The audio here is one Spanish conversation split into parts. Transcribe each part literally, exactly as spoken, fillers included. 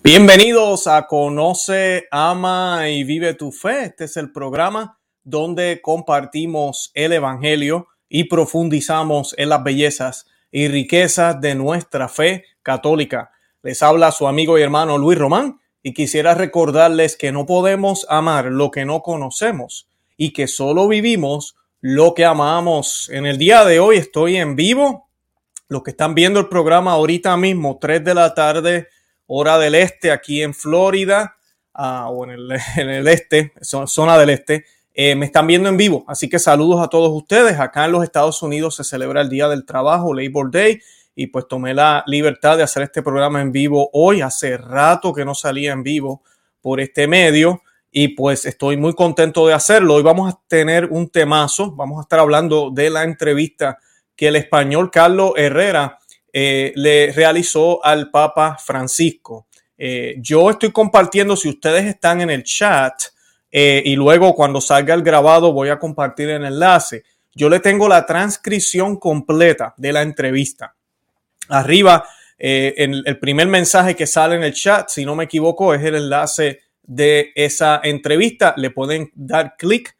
Bienvenidos a Conoce, Ama y Vive tu Fe. Este es el programa donde compartimos el Evangelio y profundizamos en las bellezas y riquezas de nuestra fe católica. Les habla su amigo y hermano Luis Román y quisiera recordarles que no podemos amar lo que no conocemos y que solo vivimos lo que amamos. En el día de hoy estoy en vivo. Los que están viendo el programa ahorita mismo, tres de la tarde, hora del este, aquí en Florida, uh, o en el, en el este, zona del este, eh, me están viendo en vivo. Así que saludos a todos ustedes. Acá en los Estados Unidos se celebra el Día del Trabajo, Labor Day, y pues tomé la libertad de hacer este programa en vivo hoy. Hace rato que no salía en vivo por este medio y pues estoy muy contento de hacerlo. Hoy vamos a tener un temazo, vamos a estar hablando de la entrevista que el español Carlos Herrera Eh, le realizó al Papa Francisco. Eh, yo estoy compartiendo, si ustedes están en el chat, eh, y luego cuando salga el grabado voy a compartir el enlace. Yo le tengo la transcripción completa de la entrevista. Arriba, eh, en el primer mensaje que sale en el chat, si no me equivoco, es el enlace de esa entrevista. Le pueden dar clic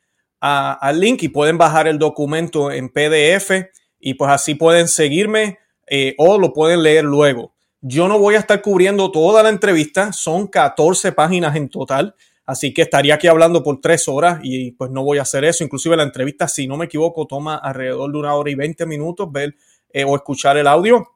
al link y pueden bajar el documento en P D F y pues así pueden seguirme. Eh, o lo pueden leer luego. Yo no voy a estar cubriendo toda la entrevista, son catorce páginas en total, así que estaría aquí hablando por tres horas y pues no voy a hacer eso. Inclusive la entrevista, si no me equivoco, toma alrededor de una hora y veinte minutos ver eh, o escuchar el audio.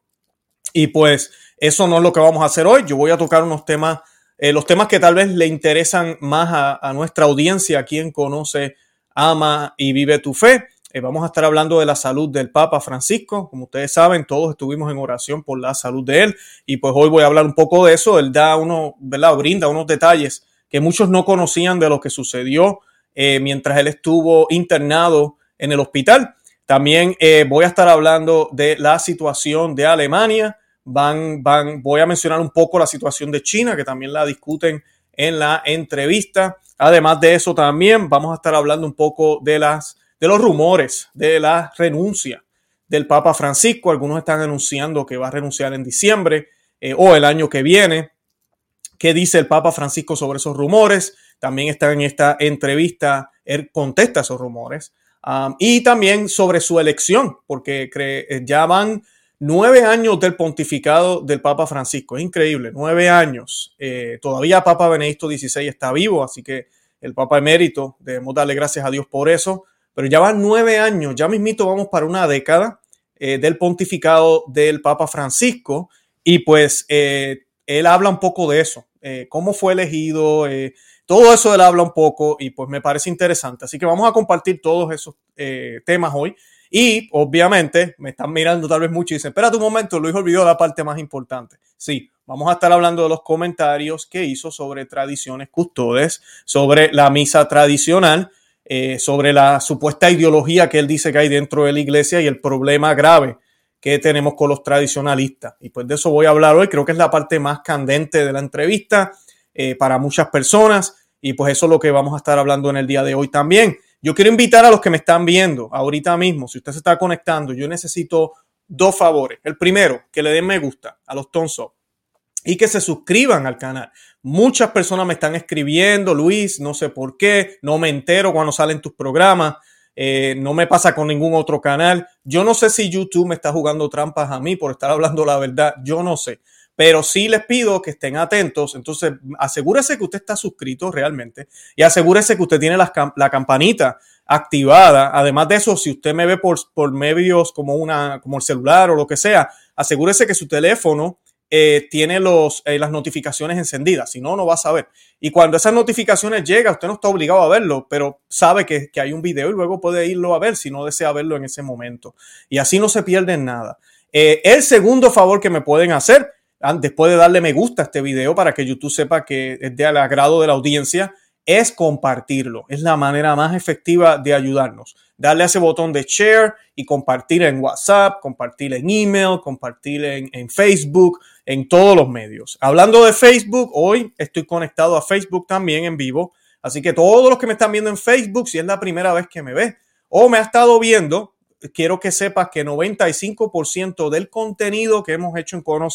Y pues eso no es lo que vamos a hacer hoy. Yo voy a tocar unos temas, eh, los temas que tal vez le interesan más a, a nuestra audiencia, a quien conoce, ama y vive tu fe. Eh, vamos a estar hablando de la salud del Papa Francisco. Como ustedes saben, todos estuvimos en oración por la salud de él y pues hoy voy a hablar un poco de eso. Él da uno, ¿verdad? Brinda unos detalles que muchos no conocían de lo que sucedió eh, mientras él estuvo internado en el hospital. También eh, voy a estar hablando de la situación de Alemania. Van, van, voy a mencionar un poco la situación de China, que también la discuten en la entrevista. Además de eso, también vamos a estar hablando un poco de las de los rumores de la renuncia del Papa Francisco. Algunos están anunciando que va a renunciar en diciembre eh, o el año que viene. ¿Qué dice el Papa Francisco sobre esos rumores? También está en esta entrevista, él contesta esos rumores. Um, y también sobre su elección, porque cree, ya van nueve años del pontificado del Papa Francisco. Es increíble, nueve años. Eh, todavía Papa Benedicto dieciséis está vivo, así que el Papa emérito, debemos darle gracias a Dios por eso. Pero ya van nueve años, ya mismito vamos para una década eh, del pontificado del Papa Francisco y pues eh, él habla un poco de eso, eh, cómo fue elegido, eh, todo eso él habla un poco y pues me parece interesante. Así que vamos a compartir todos esos eh, temas hoy y obviamente me están mirando tal vez mucho y dicen, espérate un momento, Luis olvidó la parte más importante. Sí, vamos a estar hablando de los comentarios que hizo sobre tradiciones custodes, sobre la misa tradicional, Eh, sobre la supuesta ideología que él dice que hay dentro de la iglesia y el problema grave que tenemos con los tradicionalistas. Y pues de eso voy a hablar hoy. Creo que es la parte más candente de la entrevista eh, para muchas personas y pues eso es lo que vamos a estar hablando en el día de hoy también. Yo quiero invitar a los que me están viendo ahorita mismo, si usted se está conectando, yo necesito dos favores. El primero, que le den me gusta a los thumbs up y que se suscriban al canal. Muchas personas me están escribiendo, Luis, no sé por qué, no me entero cuando salen tus programas, eh, no me pasa con ningún otro canal. Yo no sé si YouTube me está jugando trampas a mí por estar hablando la verdad, yo no sé. Pero sí les pido que estén atentos, entonces asegúrese que usted está suscrito realmente y asegúrese que usted tiene la, la campanita activada. Además de eso, si usted me ve por, por medios como, una, como el celular o lo que sea, asegúrese que su teléfono Eh, tiene los, eh, las notificaciones encendidas, si no, no va a saber. Y cuando esas notificaciones llegan, usted no está obligado a verlo, pero sabe que, que hay un video y luego puede irlo a ver si no desea verlo en ese momento. Y así no se pierde nada. Eh, el segundo favor que me pueden hacer, después de darle me gusta a este video para que YouTube sepa que es del agrado de la audiencia, es compartirlo. Es la manera más efectiva de ayudarnos. Darle a ese botón de share y compartir en WhatsApp, compartir en email, compartir en, en Facebook, en todos los medios. Hablando de Facebook, hoy estoy conectado a Facebook también en vivo. Así que todos los que me están viendo en Facebook, si es la primera vez que me ve o me ha estado viendo, quiero que sepas que noventa y cinco por ciento del contenido que hemos hecho en Conoce,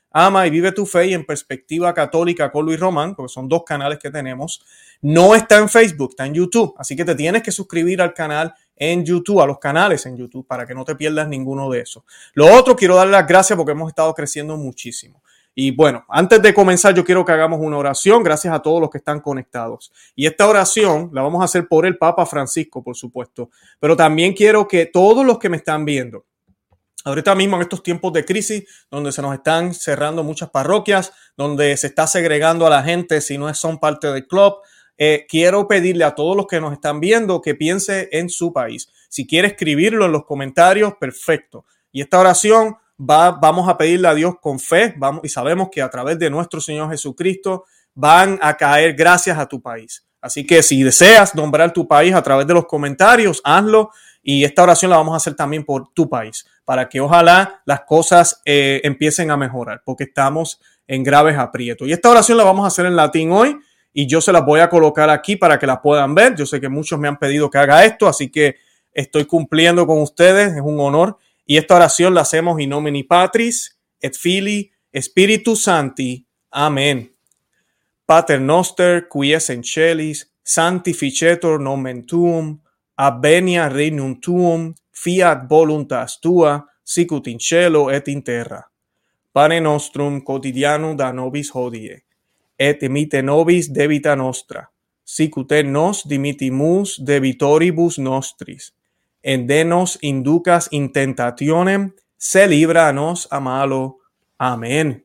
Ama y Vive tu Fe y En Perspectiva Católica con Luis Román, porque son dos canales que tenemos. No está en Facebook, está en YouTube, así que te tienes que suscribir al canal en YouTube, a los canales en YouTube, para que no te pierdas ninguno de esos. Lo otro, quiero darle las gracias porque hemos estado creciendo muchísimo. Y bueno, antes de comenzar, yo quiero que hagamos una oración, gracias a todos los que están conectados. Y esta oración la vamos a hacer por el Papa Francisco, por supuesto, pero también quiero que todos los que me están viendo, ahorita mismo en estos tiempos de crisis, donde se nos están cerrando muchas parroquias, donde se está segregando a la gente si no son parte del club, eh, quiero pedirle a todos los que nos están viendo que piense en su país. Si quiere escribirlo en los comentarios, perfecto. Y esta oración va, vamos a pedirle a Dios con fe, vamos, y sabemos que a través de nuestro Señor Jesucristo van a caer gracias a tu país. Así que si deseas nombrar tu país a través de los comentarios, hazlo. Y esta oración la vamos a hacer también por tu país, para que ojalá las cosas eh, empiecen a mejorar, porque estamos en graves aprietos. Y esta oración la vamos a hacer en latín hoy, y yo se las voy a colocar aquí para que la puedan ver. Yo sé que muchos me han pedido que haga esto, así que estoy cumpliendo con ustedes, es un honor. Y esta oración la hacemos in nomine Patris, et Filii, Spiritus Sancti. Amén. Pater noster, qui es in celis, sanctificetur nomen tuum, advenia regnum tuum, fiat voluntas tua, sicut in cielo et in terra. Pane nostrum quotidianum da nobis hodie, et dimitte nobis debita nostra, sicut et nos dimittimus debitoribus nostris. Et de nos inducas in tentationem, se libra nos a malo. Amén.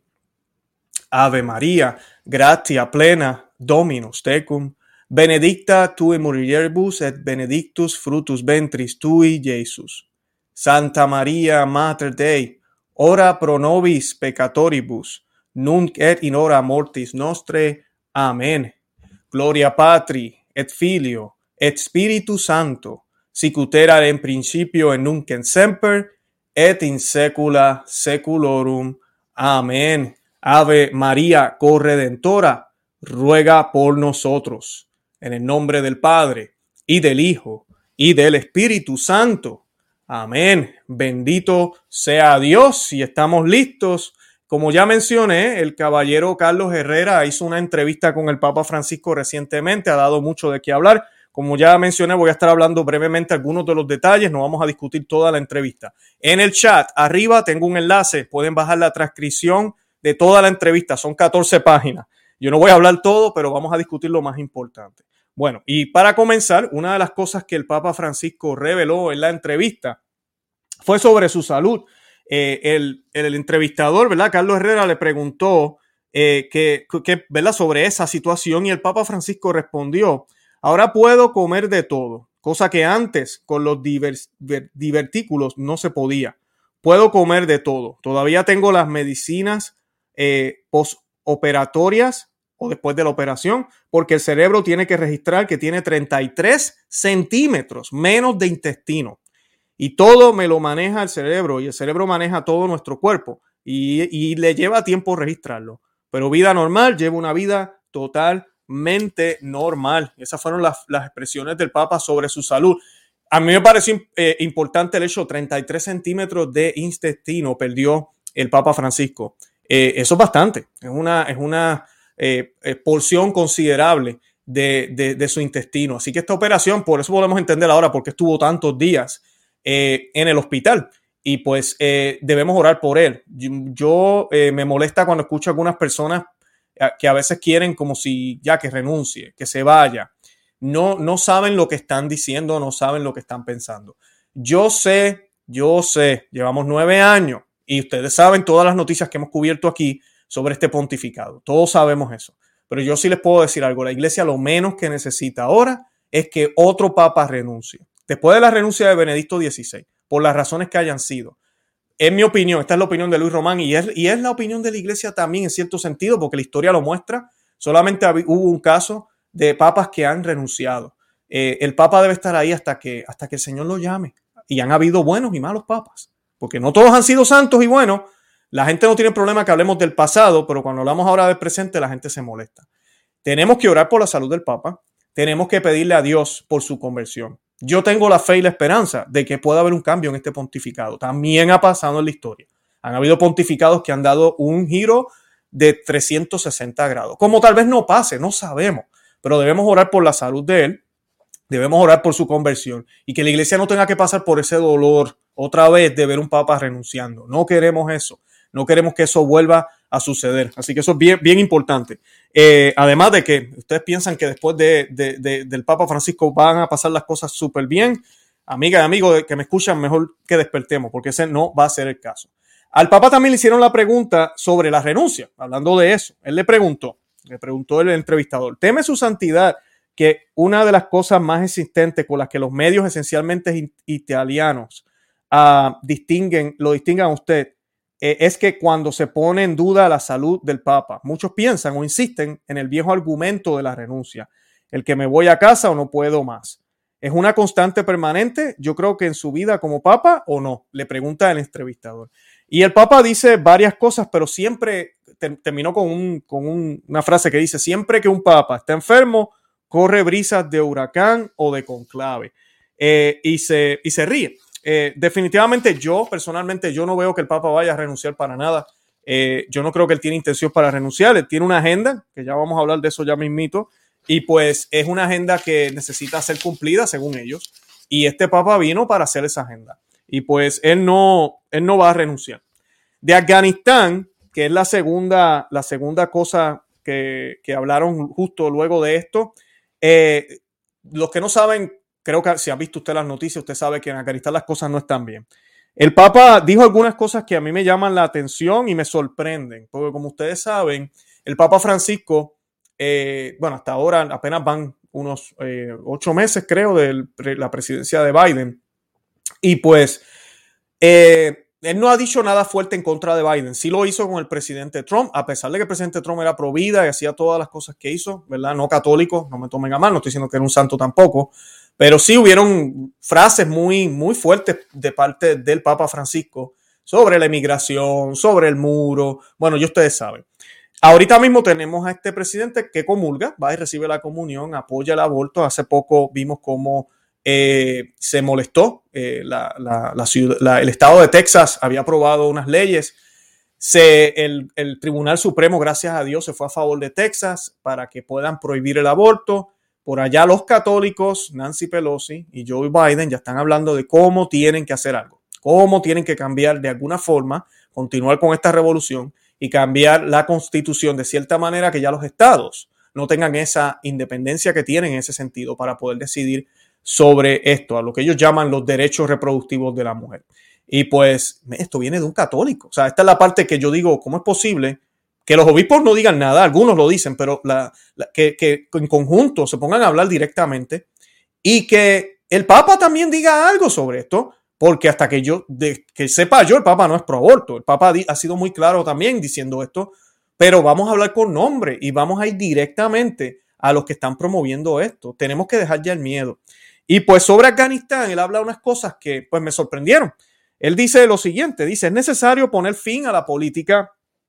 Ave María, gratia plena, Dominus tecum, benedicta tu in mulieribus et benedictus fructus ventris tui, Iesus. Santa Maria, Mater Dei, ora pro nobis peccatoribus, nunc et in hora mortis nostre. Amén. Gloria Patri, et Filio, et Spiritus Sancto, sicut erat in principio et nunc et semper, et in saecula saeculorum. Amén. Ave María, corredentora, ruega por nosotros. En el nombre del Padre, y del Hijo, y del Espíritu Santo. Amén. Bendito sea Dios. Y estamos listos. Como ya mencioné, el caballero Carlos Herrera hizo una entrevista con el Papa Francisco recientemente. Ha dado mucho de qué hablar. Como ya mencioné, voy a estar hablando brevemente algunos de los detalles. No vamos a discutir toda la entrevista. En el chat, arriba tengo un enlace. Pueden bajar la transcripción de toda la entrevista. Son catorce páginas. Yo no voy a hablar todo, pero vamos a discutir lo más importante. Bueno, y para comenzar, una de las cosas que el Papa Francisco reveló en la entrevista fue sobre su salud. Eh, el, el entrevistador, ¿verdad? Carlos Herrera le preguntó eh, que, que, ¿verdad? sobre esa situación, y el Papa Francisco respondió: ahora puedo comer de todo, cosa que antes con los divers, divertículos no se podía. Puedo comer de todo. Todavía tengo las medicinas eh, postoperatorias o después de la operación, porque el cerebro tiene que registrar que tiene treinta y tres centímetros menos de intestino. Y todo me lo maneja el cerebro, y el cerebro maneja todo nuestro cuerpo, y, y le lleva tiempo registrarlo. Pero vida normal, lleva una vida totalmente normal. Esas fueron las, las expresiones del Papa sobre su salud. A mí me pareció eh, importante el hecho: treinta y tres centímetros de intestino perdió el Papa Francisco. Eh, eso es bastante, es una, es una eh, eh, porción considerable de, de, de su intestino. Así que esta operación, por eso podemos entender ahora por qué estuvo tantos días eh, en el hospital. Y pues eh, debemos orar por él. Yo, yo eh, me molesta cuando escucho a algunas personas que a veces quieren como si ya que renuncie, que se vaya. No, no saben lo que están diciendo, no saben lo que están pensando. Yo sé, yo sé, llevamos nueve años y ustedes saben todas las noticias que hemos cubierto aquí sobre este pontificado. Todos sabemos eso. Pero yo sí les puedo decir algo. La iglesia lo menos que necesita ahora es que otro papa renuncie. Después de la renuncia de Benedicto dieciséis, por las razones que hayan sido. En mi opinión, esta es la opinión de Luis Román, y es, y es la opinión de la iglesia también en cierto sentido, porque la historia lo muestra. Solamente hubo un caso de papas que han renunciado. Eh, el papa debe estar ahí hasta que, hasta que el Señor lo llame. Y han habido buenos y malos papas, porque no todos han sido santos y buenos. La gente no tiene problema que hablemos del pasado, pero cuando hablamos ahora del presente, la gente se molesta. Tenemos que orar por la salud del papa. Tenemos que pedirle a Dios por su conversión. Yo tengo la fe y la esperanza de que pueda haber un cambio en este pontificado. También ha pasado en la historia. Han habido pontificados que han dado un giro de trescientos sesenta grados. Como tal vez no pase, no sabemos, pero debemos orar por la salud de él, debemos orar por su conversión y que la iglesia no tenga que pasar por ese dolor otra vez de ver un papa renunciando. No queremos eso, no queremos que eso vuelva a suceder. Así que eso es bien, bien importante. Eh, además de que ustedes piensan que después de, de, de, del Papa Francisco van a pasar las cosas súper bien, amigas y amigos que me escuchan, mejor que despertemos, porque ese no va a ser el caso. Al Papa también le hicieron la pregunta sobre la renuncia, hablando de eso. Él le preguntó, le preguntó el entrevistador, ¿teme su santidad que una de las cosas más existentes con las que los medios esencialmente italianos uh, distinguen, lo distinguen a usted, eh, es que cuando se pone en duda la salud del Papa, muchos piensan o insisten en el viejo argumento de la renuncia, el que me voy a casa o no puedo más? ¿Es una constante permanente, yo creo que en su vida como Papa o no? Le pregunta el entrevistador. Y el Papa dice varias cosas, pero siempre ter- terminó con, un, con un, una frase que dice, siempre que un Papa está enfermo, corre brisas de huracán o de conclave. Eh, y, se, y se ríe. Eh, definitivamente yo, personalmente, yo no veo que el Papa vaya a renunciar para nada. Eh, yo no creo que él tiene intención para renunciar. Él tiene una agenda, que ya vamos a hablar de eso ya mismito, y pues es una agenda que necesita ser cumplida según ellos. Y este Papa vino para hacer esa agenda. Y pues él no, él no va a renunciar. De Afganistán, que es la segunda, la segunda cosa que, que hablaron justo luego de esto, eh, los que no saben, creo que si ha visto usted las noticias, usted sabe que en Afganistán las cosas no están bien. El Papa dijo algunas cosas que a mí me llaman la atención y me sorprenden, porque como ustedes saben, el Papa Francisco, eh, bueno, hasta ahora apenas van unos eh, ocho meses, creo, de la presidencia de Biden. Y pues, eh, él no ha dicho nada fuerte en contra de Biden. Sí lo hizo con el presidente Trump, a pesar de que el presidente Trump era pro vida y hacía todas las cosas que hizo, ¿verdad? No católico, no me tomen a mal, no estoy diciendo que era un santo tampoco, pero sí hubieron frases muy, muy fuertes de parte del Papa Francisco sobre la emigración, sobre el muro. Bueno, ya ustedes saben. Ahorita mismo tenemos a este presidente que comulga, va y recibe la comunión, apoya el aborto. Hace poco vimos cómo eh, se molestó. Eh, la, la, la ciudad, la, el estado de Texas había aprobado unas leyes. Se, el, el Tribunal Supremo, gracias a Dios, se fue a favor de Texas para que puedan prohibir el aborto. Por allá los católicos, Nancy Pelosi y Joe Biden ya están hablando de cómo tienen que hacer algo, cómo tienen que cambiar de alguna forma, continuar con esta revolución y cambiar la constitución de cierta manera que ya los estados no tengan esa independencia que tienen en ese sentido para poder decidir sobre esto, a lo que ellos llaman los derechos reproductivos de la mujer. Y pues esto viene de un católico. O sea, esta es la parte que yo digo, ¿cómo es posible que los obispos no digan nada? Algunos lo dicen, pero la, la, que, que en conjunto se pongan a hablar directamente y que el Papa también diga algo sobre esto. Porque hasta que yo, de, que sepa yo, el Papa no es pro aborto. El Papa ha sido muy claro también diciendo esto, pero vamos a hablar con nombre y vamos a ir directamente a los que están promoviendo esto. Tenemos que dejar ya el miedo. Y pues sobre Afganistán, él habla unas cosas que pues me sorprendieron. Él dice lo siguiente, dice, es necesario poner fin a la política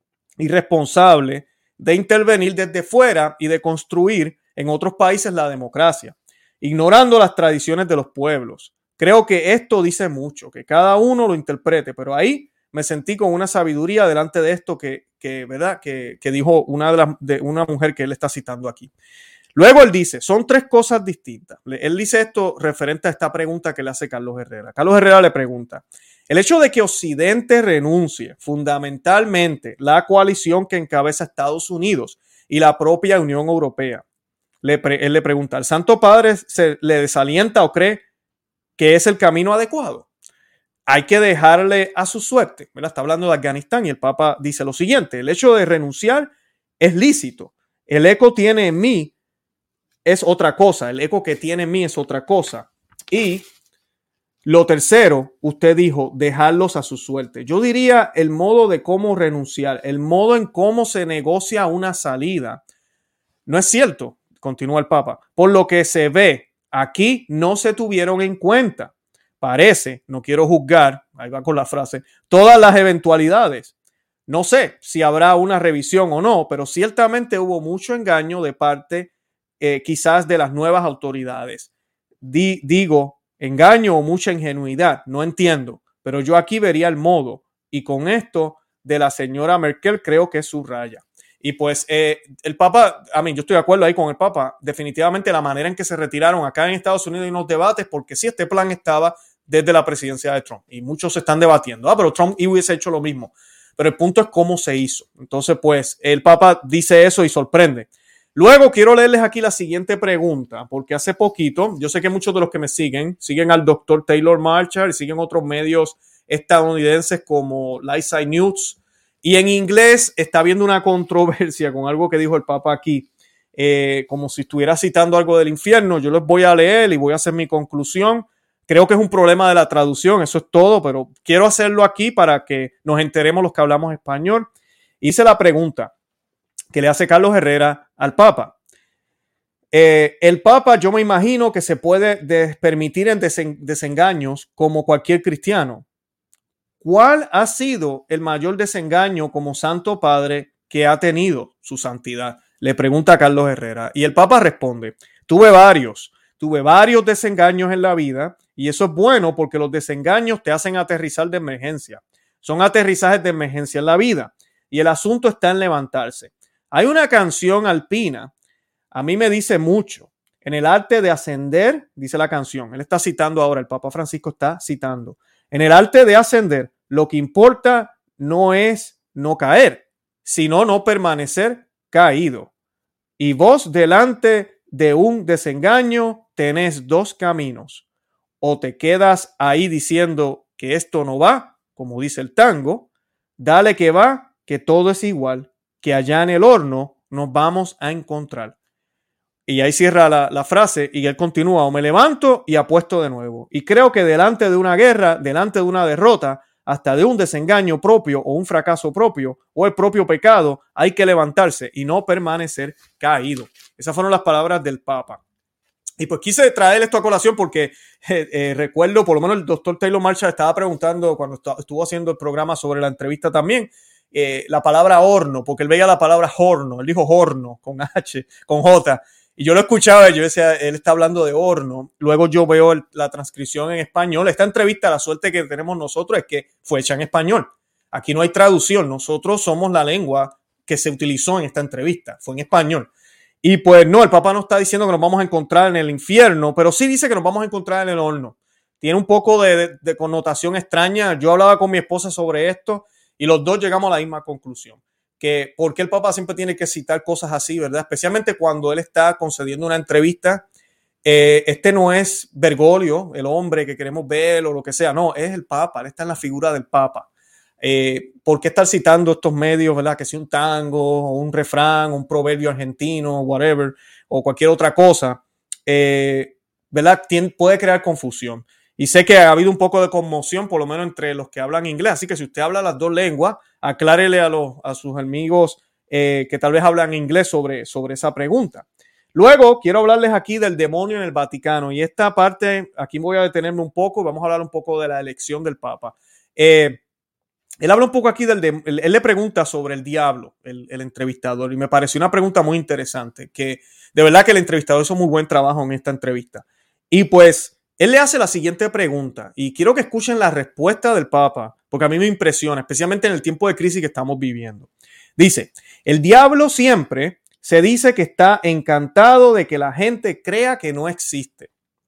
irresponsable de intervenir desde fuera y de construir en otros países la democracia, ignorando las tradiciones de los pueblos. Creo que esto dice mucho, que cada uno lo interprete, pero ahí me sentí con una sabiduría delante de esto que, que ¿verdad? Que, que dijo una, de las, de una mujer que él está citando aquí. Luego él dice, son tres cosas distintas. Él dice esto referente a esta pregunta que le hace Carlos Herrera. Carlos Herrera le pregunta, el hecho de que Occidente renuncie fundamentalmente la coalición que encabeza Estados Unidos y la propia Unión Europea, le pre, él le pregunta, ¿el Santo Padre se le desalienta o cree que es el camino adecuado? Hay que dejarle a su suerte. ¿Verdad? Está hablando de Afganistán y el Papa dice lo siguiente, el hecho de renunciar es lícito. El eco tiene en mí es otra cosa. El eco que tiene en mí es otra cosa. Y lo tercero, usted dijo, dejarlos a su suerte. Yo diría el modo de cómo renunciar, el modo en cómo se negocia una salida. No es cierto, continúa el Papa. Por lo que se ve, aquí no se tuvieron en cuenta. Parece, no quiero juzgar, ahí va con la frase, todas las eventualidades. No sé si habrá una revisión o no, pero ciertamente hubo mucho engaño de parte eh, quizás de las nuevas autoridades. Di, digo, engaño o mucha ingenuidad, no entiendo, pero yo aquí vería el modo y con esto de la señora Merkel creo que subraya. Y pues eh, el Papa, a mí yo estoy de acuerdo ahí con el Papa, definitivamente la manera en que se retiraron acá en Estados Unidos hay unos debates porque sí, este plan estaba desde la presidencia de Trump y muchos se están debatiendo, ah, pero Trump hubiese hecho lo mismo, pero el punto es cómo se hizo. Entonces pues el Papa dice eso y sorprende. Luego quiero leerles aquí la siguiente pregunta, porque hace poquito, yo sé que muchos de los que me siguen, siguen al doctor Taylor Marshall y siguen otros medios estadounidenses como Lightside News, y en inglés está habiendo una controversia con algo que dijo el Papa aquí, eh, como si estuviera citando algo del infierno. Yo les voy a leer y voy a hacer mi conclusión. Creo que es un problema de la traducción, eso es todo, pero quiero hacerlo aquí para que nos enteremos los que hablamos español. Hice la pregunta que le hace Carlos Herrera al Papa. Eh, el Papa, yo me imagino que se puede des- permitir en desen- desengaños como cualquier cristiano. ¿Cuál ha sido el mayor desengaño como Santo Padre que ha tenido su santidad? Le pregunta a Carlos Herrera. Y el Papa responde, tuve varios, tuve varios desengaños en la vida y eso es bueno porque los desengaños te hacen aterrizar de emergencia. Son aterrizajes de emergencia en la vida y el asunto está en levantarse. Hay una canción alpina, a mí me dice mucho, en el arte de ascender, dice la canción, él está citando ahora, el Papa Francisco está citando, en el arte de ascender, lo que importa no es no caer, sino no permanecer caído. Y vos delante de un desengaño tenés dos caminos. O te quedas ahí diciendo que esto no va, como dice el tango, dale que va, que todo es igual, que allá en el horno nos vamos a encontrar. Y ahí cierra la, la frase y él continúa, o me levanto y apuesto de nuevo. Y creo que delante de una guerra, delante de una derrota, hasta de un desengaño propio o un fracaso propio o el propio pecado, hay que levantarse y no permanecer caído. Esas fueron las palabras del Papa. Y pues quise traer esto a colación porque eh, eh, recuerdo, por lo menos el doctor Taylor Marshall estaba preguntando cuando estuvo haciendo el programa sobre la entrevista también, eh, la palabra horno, porque él veía la palabra horno, él dijo horno con H, con J. Y yo lo escuchaba y yo decía, él está hablando de horno. Luego yo veo el, la transcripción en español. Esta entrevista, la suerte que tenemos nosotros es que fue hecha en español. Aquí no hay traducción. Nosotros somos la lengua que se utilizó en esta entrevista. Fue en español. Y pues no, el Papa no está diciendo que nos vamos a encontrar en el infierno, pero sí dice que nos vamos a encontrar en el horno. Tiene un poco de, de, de connotación extraña. Yo hablaba con mi esposa sobre esto y los dos llegamos a la misma conclusión. Que por qué el Papa siempre tiene que citar cosas así, ¿verdad? Especialmente cuando él está concediendo una entrevista. Eh, este no es Bergoglio, el hombre que queremos ver o lo que sea. No, es el Papa. Él está en la figura del Papa. Eh, ¿Por qué estar citando estos medios, verdad? Que si un tango, o un refrán, un proverbio argentino, whatever, o cualquier otra cosa, eh, ¿verdad? Tien, puede crear confusión. Y sé que ha habido un poco de conmoción, por lo menos entre los que hablan inglés. Así que si usted habla las dos lenguas, aclárele a, los, a sus amigos eh, que tal vez hablan inglés sobre, sobre esa pregunta. Luego, quiero hablarles aquí del demonio en el Vaticano. Y esta parte, aquí voy a detenerme un poco. Vamos a hablar un poco de la elección del Papa. Eh, él habla un poco aquí del... De, él, él le pregunta sobre el diablo, el, el entrevistador. Y me pareció una pregunta muy interesante. Que de verdad que el entrevistador hizo muy buen trabajo en esta entrevista. Y pues... él le hace la siguiente pregunta y quiero que escuchen la respuesta del Papa porque a mí me impresiona, especialmente en el tiempo de crisis que estamos viviendo. Dice, el diablo siempre se dice que está encantado de que la gente crea que no existe.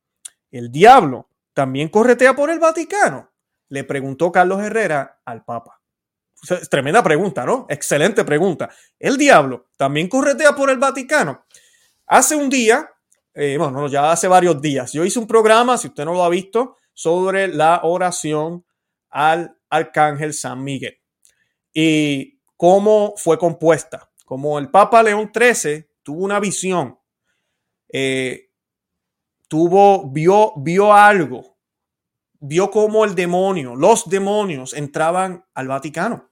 ¿El diablo también corretea por el Vaticano? Le preguntó Carlos Herrera al Papa. Es tremenda pregunta, ¿no? Excelente pregunta. ¿El diablo también corretea por el Vaticano? Hace un día... Eh, bueno, ya hace varios días. Yo hice un programa, si usted no lo ha visto, sobre la oración al Arcángel San Miguel y cómo fue compuesta. Como el Papa León trece tuvo una visión, eh, tuvo, vio, vio algo, vio cómo el demonio, los demonios entraban al Vaticano.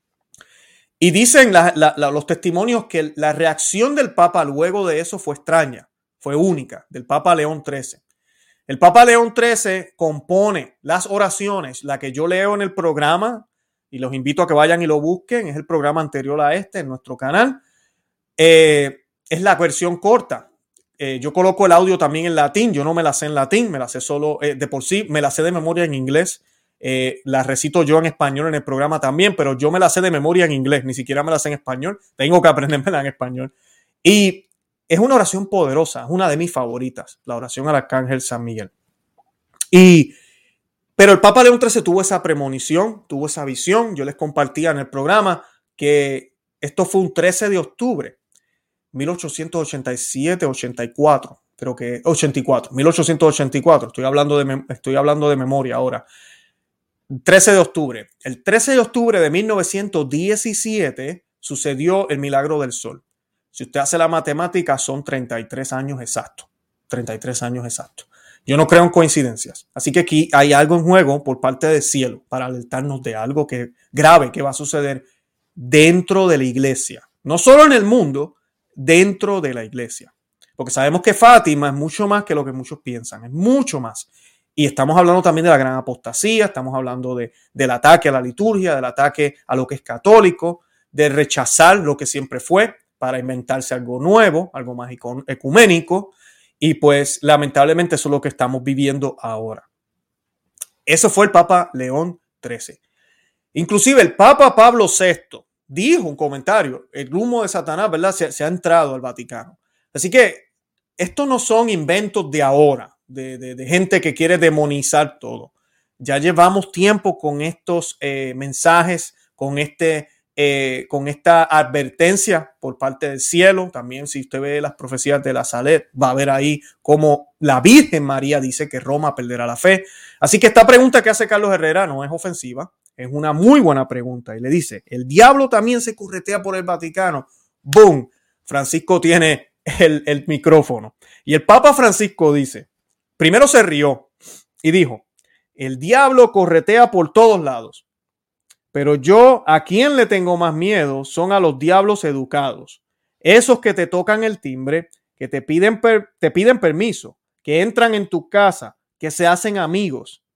Y dicen la, la, la, los testimonios que la reacción del Papa luego de eso fue extraña. Fue única, del Papa León trece. El Papa León trece compone las oraciones, la que yo leo en el programa, y los invito a que vayan y lo busquen, es el programa anterior a este en nuestro canal. Eh, es la versión corta. Eh, yo coloco el audio también en latín, yo no me la sé en latín, me la sé solo, eh, de por sí, me la sé de memoria en inglés. Eh, la recito yo en español en el programa también, pero yo me la sé de memoria en inglés, ni siquiera me la sé en español. Tengo que aprendérmela en español. Y es una oración poderosa, es una de mis favoritas, la oración al Arcángel San Miguel. Y, pero el Papa León trece tuvo esa premonición, tuvo esa visión. Yo les compartía en el programa que esto fue un trece de octubre, mil ochocientos ochenta y siete, ochenta y cuatro, creo que ochenta y cuatro, mil ochocientos ochenta y cuatro. Estoy hablando de, estoy hablando de memoria ahora. trece de octubre. El trece de octubre de mil novecientos diecisiete sucedió el milagro del sol. Si usted hace la matemática, son treinta y tres años exactos. treinta y tres años exactos. Yo no creo en coincidencias. Así que aquí hay algo en juego por parte del cielo para alertarnos de algo que, grave que va a suceder dentro de la iglesia. No solo en el mundo, dentro de la iglesia. Porque sabemos que Fátima es mucho más que lo que muchos piensan. Es mucho más. Y estamos hablando también de la gran apostasía, estamos hablando de, del ataque a la liturgia, del ataque a lo que es católico, de rechazar lo que siempre fue para inventarse algo nuevo, algo más ecuménico. Y pues lamentablemente eso es lo que estamos viviendo ahora. Eso fue el Papa León trece. Inclusive el Papa Pablo sexto dijo un comentario, el humo de Satanás, ¿verdad? Se, se ha entrado al Vaticano. Así que estos no son inventos de ahora, de, de, de gente que quiere demonizar todo. Ya llevamos tiempo con estos eh, mensajes, con este... Eh, con esta advertencia por parte del cielo. También si usted ve las profecías de la Salet, va a ver ahí cómo la Virgen María dice que Roma perderá la fe. Así que esta pregunta que hace Carlos Herrera no es ofensiva, es una muy buena pregunta. Y le dice, ¿el diablo también se corretea por el Vaticano? ¡Boom! Francisco tiene el, el micrófono. Y el Papa Francisco dice, primero se rió y dijo, el diablo corretea por todos lados. Pero yo, ¿a quién le tengo más miedo? Son a los diablos educados. Esos que te tocan el timbre, que te piden, per, te piden permiso, que entran en tu casa, que se hacen amigos.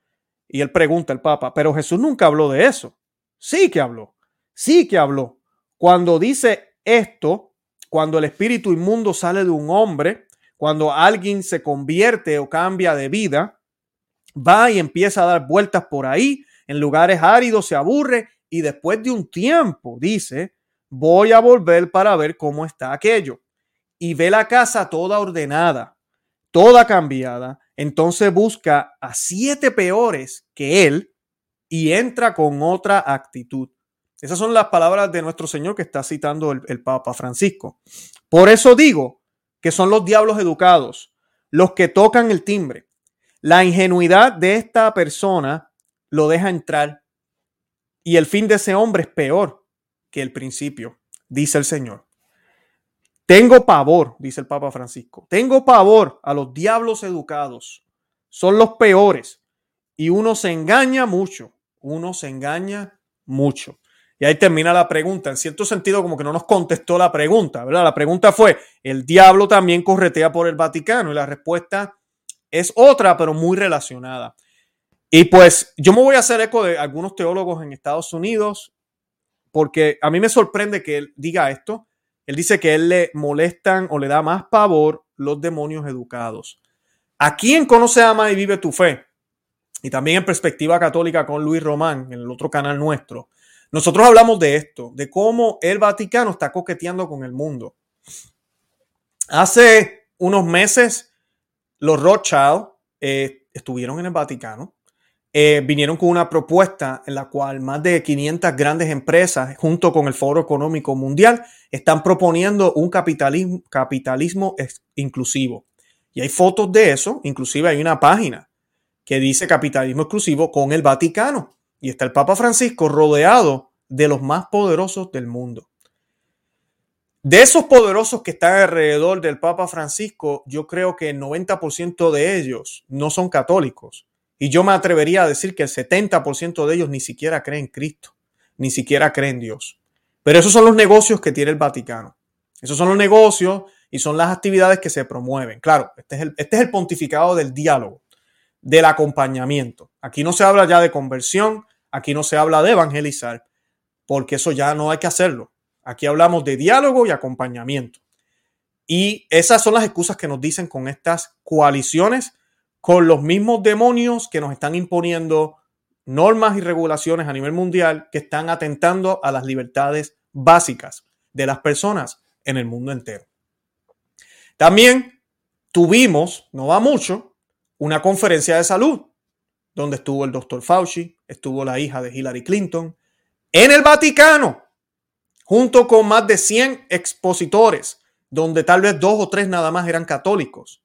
Y él pregunta al Papa, pero Jesús nunca habló de eso. Sí que habló, sí que habló. Cuando dice esto, cuando el espíritu inmundo sale de un hombre, cuando alguien se convierte o cambia de vida, va y empieza a dar vueltas por ahí, en lugares áridos, se aburre y después de un tiempo dice, voy a volver para ver cómo está aquello. Y ve la casa toda ordenada, toda cambiada. Entonces busca a siete peores que él y entra con otra actitud. Esas son las palabras de nuestro Señor que está citando el, el Papa Francisco. Por eso digo que son los diablos educados, los que tocan el timbre. La ingenuidad de esta persona lo deja entrar y el fin de ese hombre es peor que el principio, dice el Señor. Tengo pavor, dice el Papa Francisco, tengo pavor a los diablos educados. Son los peores y uno se engaña mucho, uno se engaña mucho. Y ahí termina la pregunta. En cierto sentido, como que no nos contestó la pregunta, ¿verdad? La pregunta fue, ¿el diablo también corretea por el Vaticano? Y la respuesta es otra, pero muy relacionada. Y pues yo me voy a hacer eco de algunos teólogos en Estados Unidos, porque a mí me sorprende que él diga esto. Él dice que a él le molestan o le da más pavor los demonios educados. Aquí en Conoce, Ama y Vive tu Fe, y también en Perspectiva Católica con Luis Román, en el otro canal nuestro, nosotros hablamos de esto, de cómo el Vaticano está coqueteando con el mundo. Hace unos meses, los Rothschild eh, estuvieron en el Vaticano. Eh, vinieron con una propuesta en la cual más de quinientas grandes empresas, junto con el Foro Económico Mundial, están proponiendo un capitalismo, capitalismo inclusivo. Y hay fotos de eso, inclusive hay una página que dice capitalismo exclusivo con el Vaticano. Y está el Papa Francisco rodeado de los más poderosos del mundo. De esos poderosos que están alrededor del Papa Francisco, yo creo que el noventa por ciento de ellos no son católicos. Y yo me atrevería a decir que el setenta por ciento de ellos ni siquiera creen en Cristo, ni siquiera creen en Dios. Pero esos son los negocios que tiene el Vaticano. Esos son los negocios y son las actividades que se promueven. Claro, este es el, este es el pontificado del diálogo, del acompañamiento. Aquí no se habla ya de conversión, aquí no se habla de evangelizar, porque eso ya no hay que hacerlo. Aquí hablamos de diálogo y acompañamiento. Y esas son las excusas que nos dicen con estas coaliciones con los mismos demonios que nos están imponiendo normas y regulaciones a nivel mundial que están atentando a las libertades básicas de las personas en el mundo entero. También tuvimos, no va mucho, una conferencia de salud donde estuvo el doctor Fauci, estuvo la hija de Hillary Clinton, en el Vaticano, junto con más de cien expositores, donde tal vez dos o tres nada más eran católicos.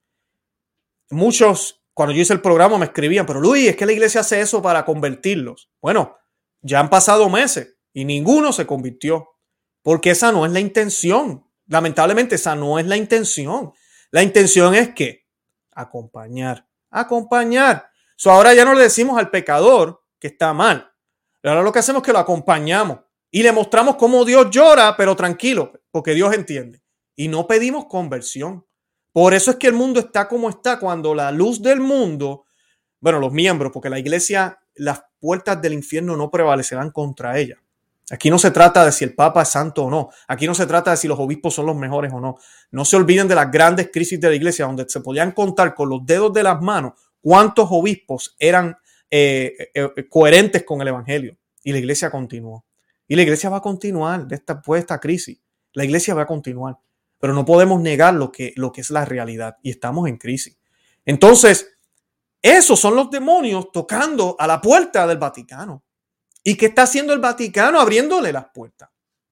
Muchos, cuando yo hice el programa, me escribían, pero Luis, es que la iglesia hace eso para convertirlos. Bueno, ya han pasado meses y ninguno se convirtió, porque esa no es la intención. Lamentablemente, esa no es la intención. La intención es que acompañar, acompañar. So, ahora ya no le decimos al pecador que está mal. Ahora lo que hacemos es que lo acompañamos y le mostramos cómo Dios llora, pero tranquilo, porque Dios entiende. Y no pedimos conversión. Por eso es que el mundo está como está, cuando la luz del mundo, bueno, los miembros, porque la iglesia, las puertas del infierno no prevalecerán contra ella. Aquí no se trata de si el Papa es santo o no. Aquí no se trata de si los obispos son los mejores o no. No se olviden de las grandes crisis de la iglesia, donde se podían contar con los dedos de las manos cuántos obispos eran eh, eh, coherentes con el evangelio. Y la iglesia continuó. Y la iglesia va a continuar después de esta crisis. La iglesia va a continuar. Pero no podemos negar lo que, lo que es la realidad. Y estamos en crisis. Entonces, esos son los demonios tocando a la puerta del Vaticano. ¿Y qué está haciendo el Vaticano? Abriéndole las puertas.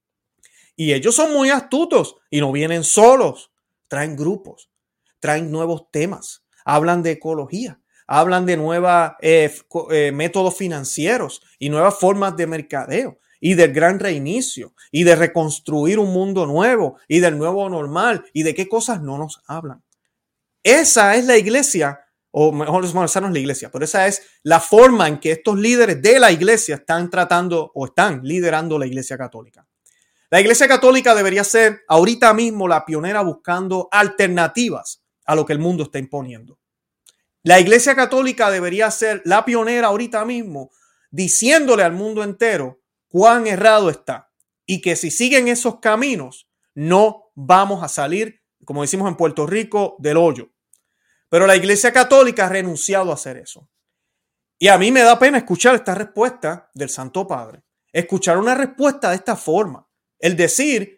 Y ellos son muy astutos y no vienen solos. Traen grupos, traen nuevos temas, hablan de ecología, hablan de nuevos eh, eh, métodos financieros y nuevas formas de mercadeo y del gran reinicio y de reconstruir un mundo nuevo y del nuevo normal y de qué cosas no nos hablan. Esa es la iglesia. O mejor, esa no es la iglesia, pero esa es la forma en que estos líderes de la iglesia están tratando o están liderando la iglesia católica. La iglesia católica debería ser ahorita mismo la pionera buscando alternativas a lo que el mundo está imponiendo. La iglesia católica debería ser la pionera ahorita mismo diciéndole al mundo entero cuán errado está y que si siguen esos caminos no vamos a salir, como decimos en Puerto Rico, del hoyo. Pero la iglesia católica ha renunciado a hacer eso. Y a mí me da pena escuchar esta respuesta del Santo Padre. Escuchar una respuesta de esta forma. El decir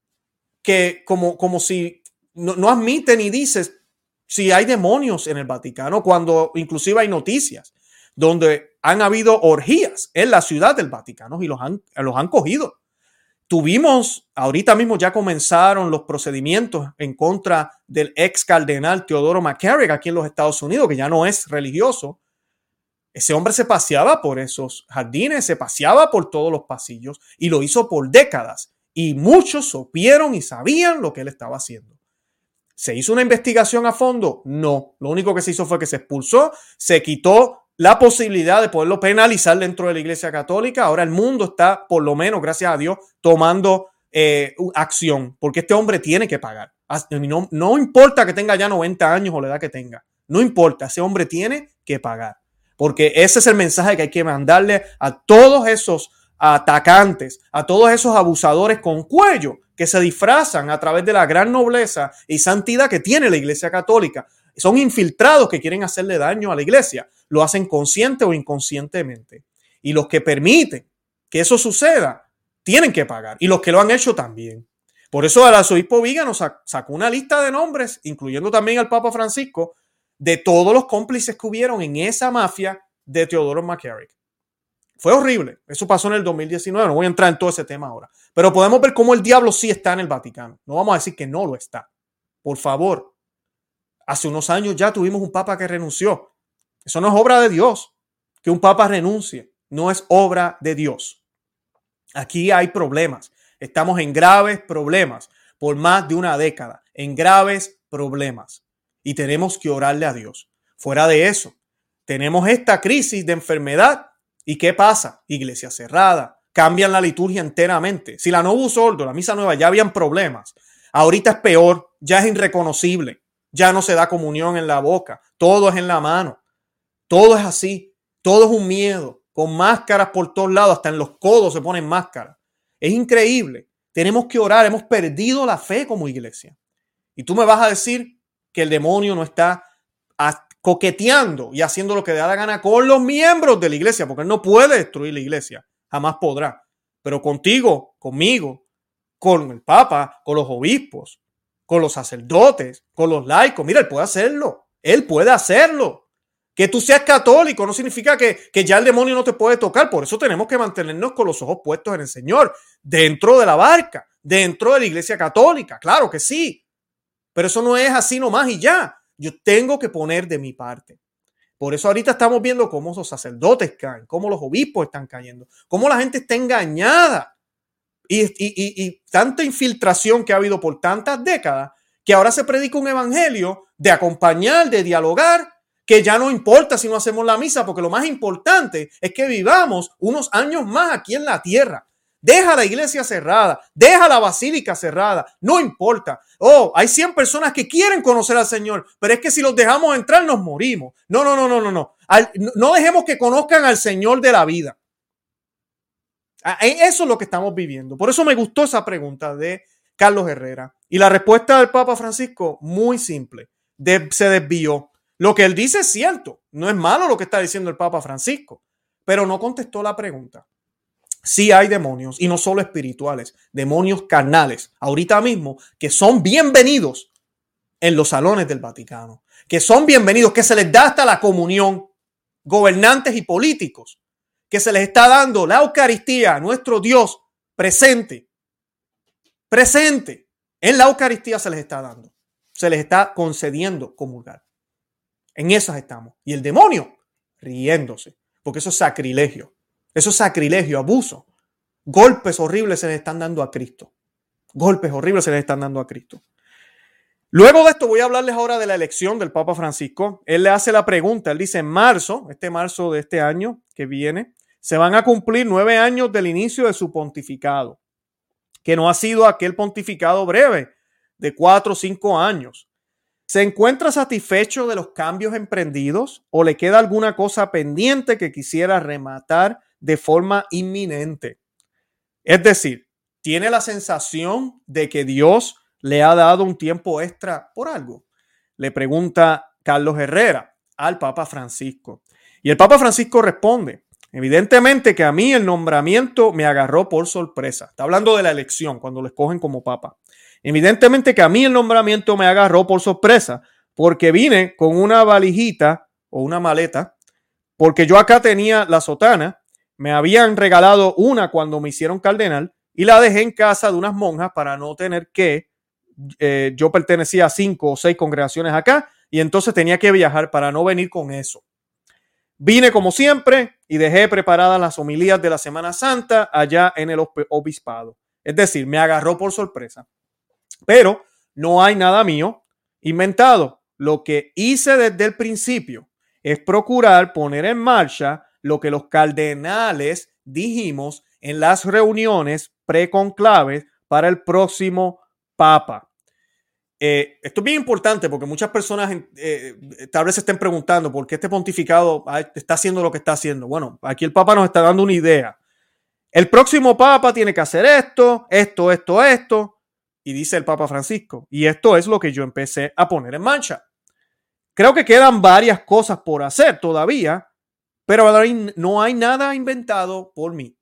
que como, como si no, no admite ni dice si hay demonios en el Vaticano, cuando inclusive hay noticias donde han habido orgías en la ciudad del Vaticano y los han, los han cogido. Tuvimos, ahorita mismo ya comenzaron los procedimientos en contra del ex cardenal Teodoro McCarrick aquí en los Estados Unidos, que ya no es religioso. Ese hombre se paseaba por esos jardines, se paseaba por todos los pasillos y lo hizo por décadas. Y muchos supieron y sabían lo que él estaba haciendo. ¿Se hizo una investigación a fondo? No. Lo único que se hizo fue que se expulsó, se quitó la posibilidad de poderlo penalizar dentro de la Iglesia Católica. Ahora el mundo está, por lo menos, gracias a Dios, tomando eh, acción, porque este hombre tiene que pagar. No, no importa que tenga ya noventa años o la edad que tenga. No importa, ese hombre tiene que pagar. Porque ese es el mensaje que hay que mandarle a todos esos atacantes, a todos esos abusadores con cuello que se disfrazan a través de la gran nobleza y santidad que tiene la Iglesia Católica. Son infiltrados que quieren hacerle daño a la iglesia. Lo hacen consciente o inconscientemente. Y los que permiten que eso suceda, tienen que pagar. Y los que lo han hecho también. Por eso el arzobispo Vígano sacó una lista de nombres, incluyendo también al Papa Francisco, de todos los cómplices que hubieron en esa mafia de Teodoro McCarrick. Fue horrible. Eso pasó en el dos mil diecinueve. No voy a entrar en todo ese tema ahora. Pero podemos ver cómo el diablo sí está en el Vaticano. No vamos a decir que no lo está. Por favor. Hace unos años ya tuvimos un papa que renunció. Eso no es obra de Dios. Que un papa renuncie no es obra de Dios. Aquí hay problemas. Estamos en graves problemas por más de una década. En graves problemas. Y tenemos que orarle a Dios. Fuera de eso, tenemos esta crisis de enfermedad. ¿Y qué pasa? Iglesia cerrada. Cambian la liturgia enteramente. Si la Novus Ordo, la misa nueva, ya habían problemas. Ahorita es peor. Ya es irreconocible. Ya no se da comunión en la boca. Todo es en la mano. Todo es así. Todo es un miedo. Con máscaras por todos lados. Hasta en los codos se ponen máscaras. Es increíble. Tenemos que orar. Hemos perdido la fe como iglesia. Y tú me vas a decir que el demonio no está coqueteando y haciendo lo que le da la gana con los miembros de la iglesia, porque él no puede destruir la iglesia, jamás podrá. Pero contigo, conmigo, con el Papa, con los obispos, con los sacerdotes, con los laicos, mira, él puede hacerlo, él puede hacerlo. Que tú seas católico no significa que, que ya el demonio no te puede tocar. Por eso tenemos que mantenernos con los ojos puestos en el Señor, dentro de la barca, dentro de la iglesia católica. Claro que sí, pero eso no es así nomás y ya. Yo tengo que poner de mi parte. Por eso ahorita estamos viendo cómo los sacerdotes caen, cómo los obispos están cayendo, cómo la gente está engañada y, y, y, y tanta infiltración que ha habido por tantas décadas que ahora se predica un evangelio de acompañar, de dialogar, que ya no importa si no hacemos la misa, porque lo más importante es que vivamos unos años más aquí en la tierra. Deja la iglesia cerrada, deja la basílica cerrada, no importa. Oh, hay cien personas que quieren conocer al Señor, pero es que si los dejamos entrar nos morimos. No, no, no, no, no, no. Al, no dejemos que conozcan al Señor de la vida. Eso es lo que estamos viviendo. Por eso me gustó esa pregunta de Carlos Herrera. Y la respuesta del Papa Francisco, muy simple, de, se desvió. Lo que él dice es cierto, no es malo lo que está diciendo el Papa Francisco, pero no contestó la pregunta. Sí hay demonios, y no solo espirituales, demonios carnales, ahorita mismo, que son bienvenidos en los salones del Vaticano, que son bienvenidos, que se les da hasta la comunión, gobernantes y políticos, que se les está dando la Eucaristía a nuestro Dios presente, presente, en la Eucaristía se les está dando, se les está concediendo comulgar. En esas estamos. Y el demonio riéndose, porque eso es sacrilegio. Eso es sacrilegio, abuso. Golpes horribles se le están dando a Cristo. Golpes horribles se le están dando a Cristo. Luego de esto voy a hablarles ahora de la elección del Papa Francisco. Él le hace la pregunta, él dice en marzo, este marzo de este año que viene, se van a cumplir nueve años del inicio de su pontificado, que no ha sido aquel pontificado breve de cuatro o cinco años. ¿Se encuentra satisfecho de los cambios emprendidos o le queda alguna cosa pendiente que quisiera rematar de forma inminente? Es decir, ¿tiene la sensación de que Dios le ha dado un tiempo extra por algo? Le pregunta Carlos Herrera al Papa Francisco. Y el Papa Francisco responde, evidentemente que a mí el nombramiento me agarró por sorpresa. Está hablando de la elección, cuando lo escogen como Papa. Evidentemente que a mí el nombramiento me agarró por sorpresa, porque vine con una valijita o una maleta, porque yo acá tenía la sotana, me habían regalado una cuando me hicieron cardenal y la dejé en casa de unas monjas para no tener que, eh, yo pertenecía a cinco o seis congregaciones acá y entonces tenía que viajar para no venir con eso. Vine como siempre y dejé preparadas las homilías de la Semana Santa allá en el obispado. Es decir, me agarró por sorpresa. Pero no hay nada mío inventado. Lo que hice desde el principio es procurar poner en marcha lo que los cardenales dijimos en las reuniones preconclaves para el próximo Papa. Eh, esto es bien importante porque muchas personas eh, tal vez se estén preguntando por qué este pontificado está haciendo lo que está haciendo. Bueno, aquí el Papa nos está dando una idea. El próximo Papa tiene que hacer esto, esto, esto, esto. Y dice el Papa Francisco, y esto es lo que yo empecé a poner en marcha. Creo que quedan varias cosas por hacer todavía, pero no hay nada inventado por mí.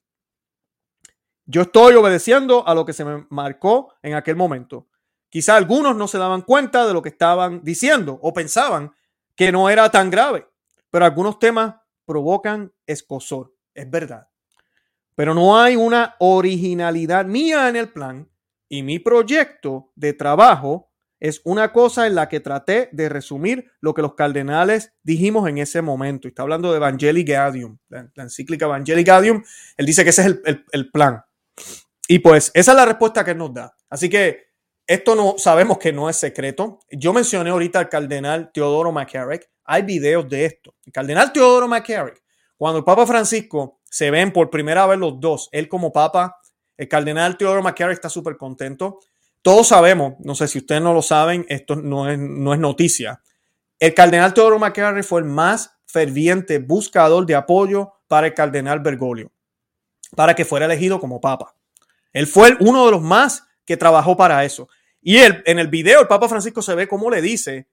Yo estoy obedeciendo a lo que se me marcó en aquel momento. Quizá algunos no se daban cuenta de lo que estaban diciendo o pensaban que no era tan grave, pero algunos temas provocan escozor, es verdad. Pero no hay una originalidad mía en el plan. Y mi proyecto de trabajo es una cosa en la que traté de resumir lo que los cardenales dijimos en ese momento. Está hablando de Evangelii Gaudium, la, la encíclica Evangelii Gaudium. Él dice que ese es el, el, el plan. Y pues esa es la respuesta que él nos da. Así que esto no sabemos que no es secreto. Yo mencioné ahorita al cardenal Teodoro McCarrick. Hay videos de esto. El cardenal Teodoro McCarrick, cuando el Papa Francisco se ven por primera vez los dos, él como Papa, el cardenal Teodoro McCarrick está súper contento. Todos sabemos, no sé si ustedes no lo saben, esto no es, no es noticia. El cardenal Teodoro McCarrick fue el más ferviente buscador de apoyo para el cardenal Bergoglio, para que fuera elegido como papa. Él fue uno de los más que trabajó para eso. Y él, en el video, el Papa Francisco se ve cómo le dice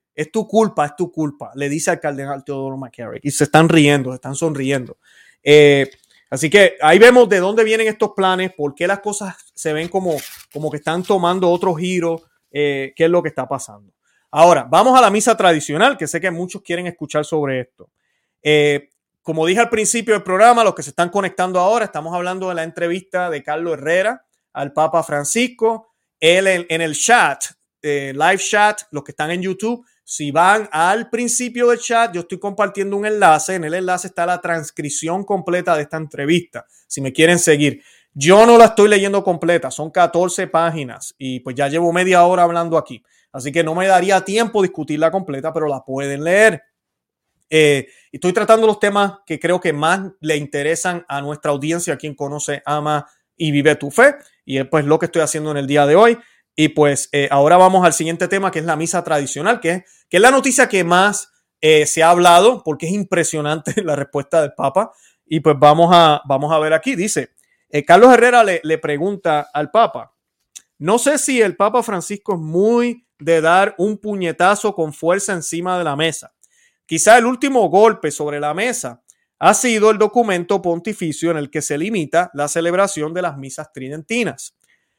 Es tu culpa, es tu culpa, le dice al cardenal Teodoro McCarrick. Y se están riendo, se están sonriendo. Eh, así que ahí vemos de dónde vienen estos planes, por qué las cosas se ven como, como que están tomando otro giro, eh, qué es lo que está pasando. Ahora, vamos a la misa tradicional, que sé que muchos quieren escuchar sobre esto. Eh, como dije al principio del programa, los que se están conectando ahora, estamos hablando de la entrevista de Carlos Herrera al Papa Francisco. Él en, en el chat, eh, live chat, los que están en YouTube, si van al principio del chat, yo estoy compartiendo un enlace. En el enlace está la transcripción completa de esta entrevista, si me quieren seguir. Yo no la estoy leyendo completa, son catorce páginas y pues ya llevo media hora hablando aquí. Así que no me daría tiempo discutirla completa, pero la pueden leer. Eh, estoy tratando los temas que creo que más le interesan a nuestra audiencia, a quien conoce, ama y vive tu fe. Y es pues lo que estoy haciendo en el día de hoy. Y pues eh, ahora vamos al siguiente tema, que es la misa tradicional, que es, que es la noticia que más eh, se ha hablado, porque es impresionante la respuesta del Papa. Y pues vamos a, vamos a ver aquí. Dice, eh, Carlos Herrera le, le pregunta al Papa, no sé si el Papa Francisco es muy de dar un puñetazo con fuerza encima de la mesa. Quizá el último golpe sobre la mesa ha sido el documento pontificio en el que se limita la celebración de las misas tridentinas.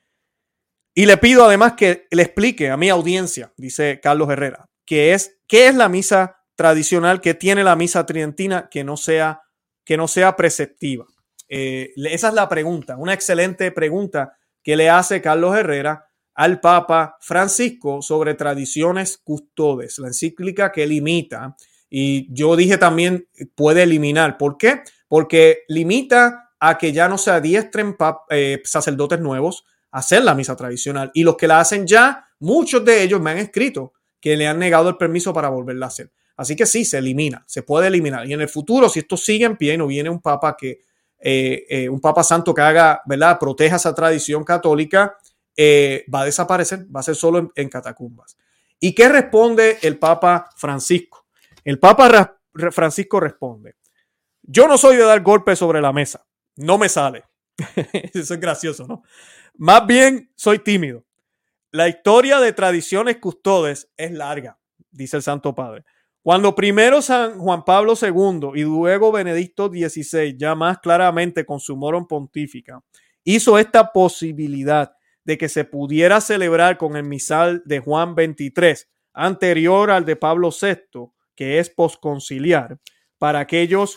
Y le pido además que le explique a mi audiencia, dice Carlos Herrera, qué es, qué es la misa tradicional, que tiene la misa tridentina que no sea, que no sea preceptiva. Eh, esa es la pregunta, una excelente pregunta que le hace Carlos Herrera al Papa Francisco sobre tradiciones custodes, la encíclica que limita. Y yo dije también puede eliminar. ¿Por qué? Porque limita a que ya no se adiestren eh, sacerdotes nuevos a hacer la misa tradicional. Y los que la hacen ya, muchos de ellos me han escrito que le han negado el permiso para volverla a hacer. Así que sí, se elimina, se puede eliminar. Y en el futuro, si esto sigue en pie y no viene un papa que, eh, eh, un papa santo que haga, ¿verdad?, proteja esa tradición católica, eh, va a desaparecer, va a ser solo en, en catacumbas. ¿Y qué responde el Papa Francisco? El Papa Francisco responde, yo no soy de dar golpes sobre la mesa, no me sale. Eso es gracioso, ¿no? Más bien soy tímido. La historia de tradiciones custodes es larga, dice el Santo Padre. Cuando primero San Juan Pablo segundo y luego Benedicto dieciséis, ya más claramente con su Morum Pontifica, hizo esta posibilidad de que se pudiera celebrar con el misal de Juan veintitrés, anterior al de Pablo sexto, que es posconciliar, para aquellos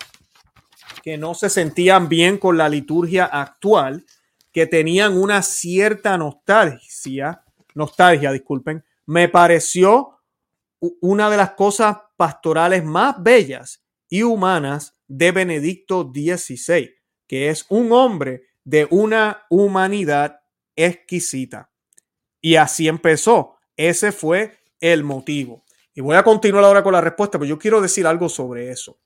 que no se sentían bien con la liturgia actual, que tenían una cierta nostalgia, nostalgia, disculpen, me pareció una de las cosas pastorales más bellas y humanas de Benedicto dieciséis, que es un hombre de una humanidad exquisita. Y así empezó. Ese fue el motivo. Y voy a continuar ahora con la respuesta, pero yo quiero decir algo sobre eso.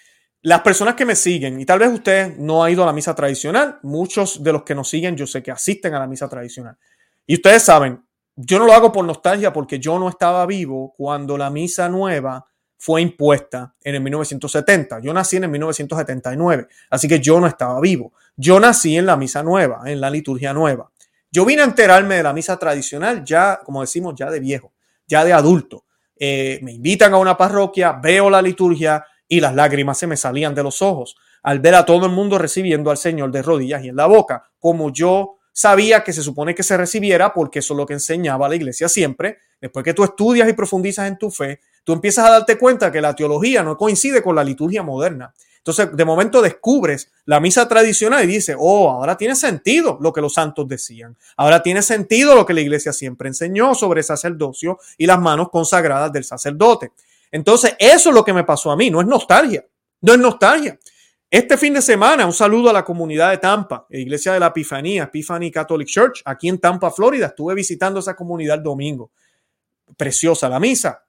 Las personas que me siguen, y tal vez usted no ha ido a la misa tradicional, muchos de los que nos siguen yo sé que asisten a la misa tradicional. Y ustedes saben, yo no lo hago por nostalgia porque yo no estaba vivo cuando la misa nueva fue impuesta en el mil novecientos setenta. Yo nací en el mil novecientos setenta y nueve, así que yo no estaba vivo. Yo nací en la misa nueva, en la liturgia nueva. Yo vine a enterarme de la misa tradicional ya, como decimos, ya de viejo, ya de adulto. Eh, me invitan a una parroquia, veo la liturgia y las lágrimas se me salían de los ojos al ver a todo el mundo recibiendo al Señor de rodillas y en la boca, como yo sabía que se supone que se recibiera, porque eso es lo que enseñaba la iglesia siempre. Después que tú estudias y profundizas en tu fe, tú empiezas a darte cuenta que la teología no coincide con la liturgia moderna. Entonces, de momento descubres la misa tradicional y dices, oh, ahora tiene sentido lo que los santos decían. Ahora tiene sentido lo que la iglesia siempre enseñó sobre el sacerdocio y las manos consagradas del sacerdote. Entonces, eso es lo que me pasó a mí. No es nostalgia. No es nostalgia. Este fin de semana, un saludo a la comunidad de Tampa, Iglesia de la Epifanía, Epiphany Catholic Church, aquí en Tampa, Florida. Estuve visitando esa comunidad el domingo. Preciosa la misa.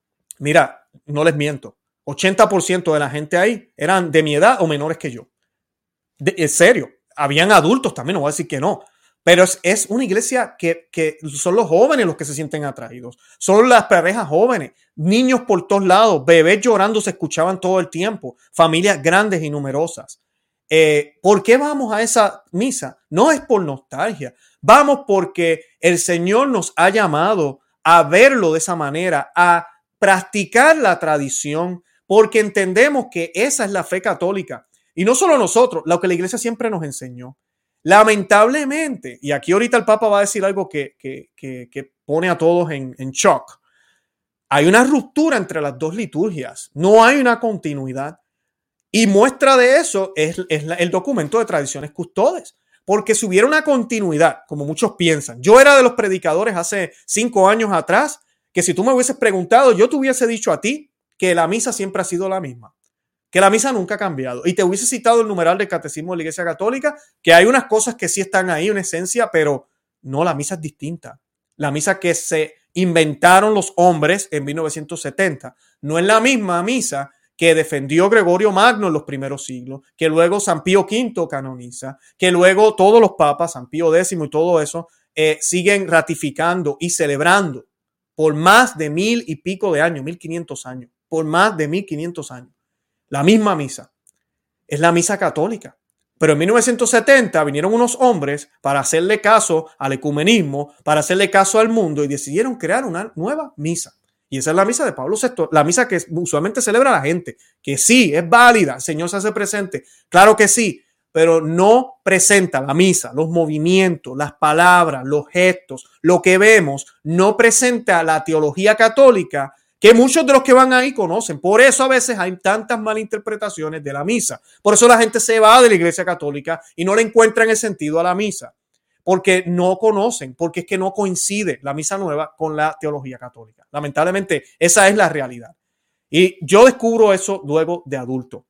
Mira, no les miento. ochenta por ciento de la gente ahí eran de mi edad o menores que yo. De, en serio. Habían adultos también, no voy a decir que no. Pero es, es una iglesia que, que son los jóvenes los que se sienten atraídos. Son las parejas jóvenes, niños por todos lados, bebés llorando se escuchaban todo el tiempo, familias grandes y numerosas. Eh, ¿Por qué vamos a esa misa? No es por nostalgia. Vamos porque el Señor nos ha llamado a verlo de esa manera, a practicar la tradición, porque entendemos que esa es la fe católica. Y no solo nosotros, lo que la iglesia siempre nos enseñó. Lamentablemente, y aquí ahorita el Papa va a decir algo que, que, que, que pone a todos en, en shock, hay una ruptura entre las dos liturgias, no hay una continuidad. Y muestra de eso es, es la, el documento de Tradiciones Custodes. Porque si hubiera una continuidad, como muchos piensan, yo era de los predicadores hace cinco años atrás, que si tú me hubieses preguntado, yo te hubiese dicho a ti que la misa siempre ha sido la misma, que la misa nunca ha cambiado. Y te hubiese citado el numeral del Catecismo de la Iglesia Católica, que hay unas cosas que sí están ahí, una esencia, pero no, la misa es distinta. La misa que se inventaron los hombres en mil novecientos setenta no es la misma misa que defendió Gregorio Magno en los primeros siglos, que luego San Pío quinto canoniza, que luego todos los papas, San Pío décimo y todo eso, eh, siguen ratificando y celebrando por más de mil y pico de años, mil quinientos años, por más de mil quinientos años. La misma misa. Es la misa católica. Pero en mil novecientos setenta vinieron unos hombres para hacerle caso al ecumenismo, para hacerle caso al mundo y decidieron crear una nueva misa. Y esa es la misa de Pablo sexto, la misa que usualmente celebra la gente, que sí, es válida, el Señor se hace presente, claro que sí, pero no presenta la misa, los movimientos, las palabras, los gestos, lo que vemos, no presenta la teología católica que muchos de los que van ahí conocen. Por eso a veces hay tantas malinterpretaciones de la misa. Por eso la gente se va de la Iglesia Católica y no le encuentran el sentido a la misa. Porque no conocen, porque es que no coincide la misa nueva con la teología católica. Lamentablemente, esa es la realidad. Y yo descubro eso luego de adulto.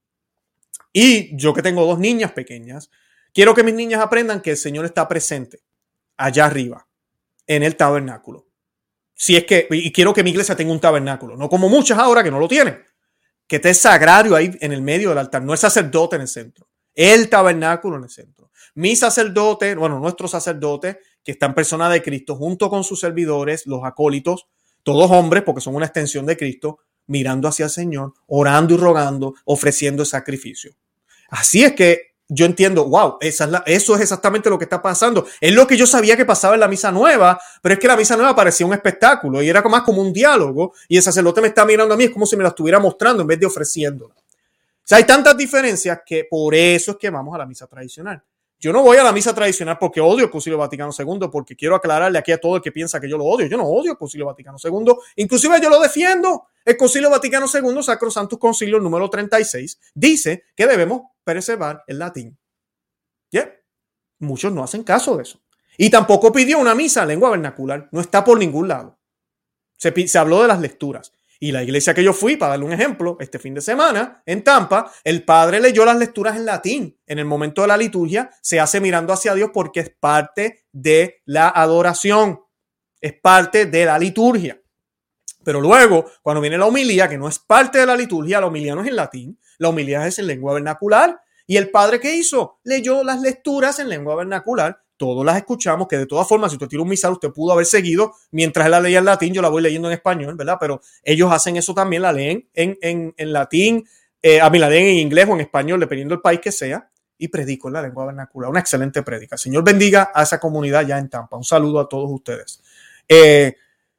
Y yo que tengo dos niñas pequeñas, quiero que mis niñas aprendan que el Señor está presente allá arriba, en el tabernáculo. Si es que, y quiero que mi iglesia tenga un tabernáculo, no como muchas ahora que no lo tienen, que esté sagrario ahí en el medio del altar, no el sacerdote en el centro, el tabernáculo en el centro. Mi sacerdote, bueno, nuestro sacerdote, que está en persona de Cristo, junto con sus servidores, los acólitos, todos hombres, porque son una extensión de Cristo, mirando hacia el Señor, orando y rogando, ofreciendo el sacrificio. Así es que yo entiendo, wow, esa es la, eso es exactamente lo que está pasando. Es lo que yo sabía que pasaba en la misa nueva, pero es que la misa nueva parecía un espectáculo y era más como un diálogo y el sacerdote me está mirando a mí, es como si me la estuviera mostrando en vez de ofreciéndola. O sea, hay tantas diferencias que por eso es que vamos a la misa tradicional. Yo no voy a la misa tradicional porque odio el Concilio Vaticano segundo, porque quiero aclararle aquí a todo el que piensa que yo lo odio. Yo no odio el Concilio Vaticano segundo, inclusive yo lo defiendo. El Concilio Vaticano segundo, Sacrosanctus Concilio número treinta y seis, dice que debemos preservar el latín. ¿Yeah? Muchos no hacen caso de eso. Y tampoco pidió una misa en lengua vernacular. No está por ningún lado. Se, se habló de las lecturas. Y la iglesia que yo fui, para darle un ejemplo, este fin de semana, en Tampa, el padre leyó las lecturas en latín. En el momento de la liturgia, se hace mirando hacia Dios porque es parte de la adoración. Es parte de la liturgia. Pero luego, cuando viene la homilía, que no es parte de la liturgia, la homilía no es en latín, la homilía es en lengua vernacular. ¿Y el padre qué hizo? Leyó las lecturas en lengua vernacular. Todos las escuchamos, que de todas formas, si usted tira un misal, usted pudo haber seguido. Mientras él la leía en latín, yo la voy leyendo en español, ¿verdad? Pero ellos hacen eso también, la leen en, en, en latín, eh, a mí la leen en inglés o en español, dependiendo del país que sea, y predico en la lengua vernacular. Una excelente prédica. Señor bendiga a esa comunidad ya en Tampa. Un saludo a todos ustedes. Eh,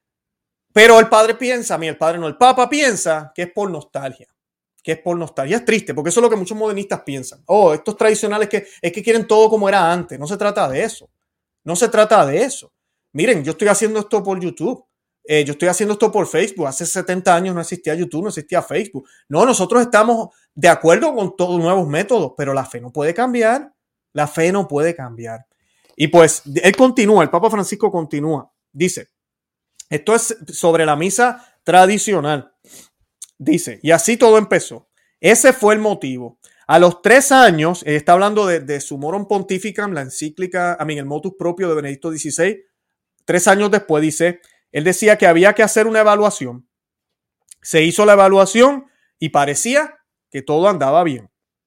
pero el padre piensa, a mí el padre no, el papa piensa que es por nostalgia. que es por nostalgia. Es triste, porque eso es lo que muchos modernistas piensan. Oh, estos tradicionales que, es que quieren todo como era antes. No se trata de eso. No se trata de eso. Miren, yo estoy haciendo esto por YouTube. Eh, yo estoy haciendo esto por Facebook. Hace setenta años no existía YouTube, no existía Facebook. No, nosotros estamos de acuerdo con todos nuevos métodos, pero la fe no puede cambiar. La fe no puede cambiar. Y pues, él continúa, el Papa Francisco continúa. Dice, esto es sobre la misa tradicional. Dice, y así todo empezó. Ese fue el motivo. A los tres años, eh, está hablando de, de Summorum Pontificam, la encíclica, a mí, el motus propio de Benedicto dieciséis. Tres años después, dice, él decía que había que hacer una evaluación. Se hizo la evaluación y parecía que todo andaba bien.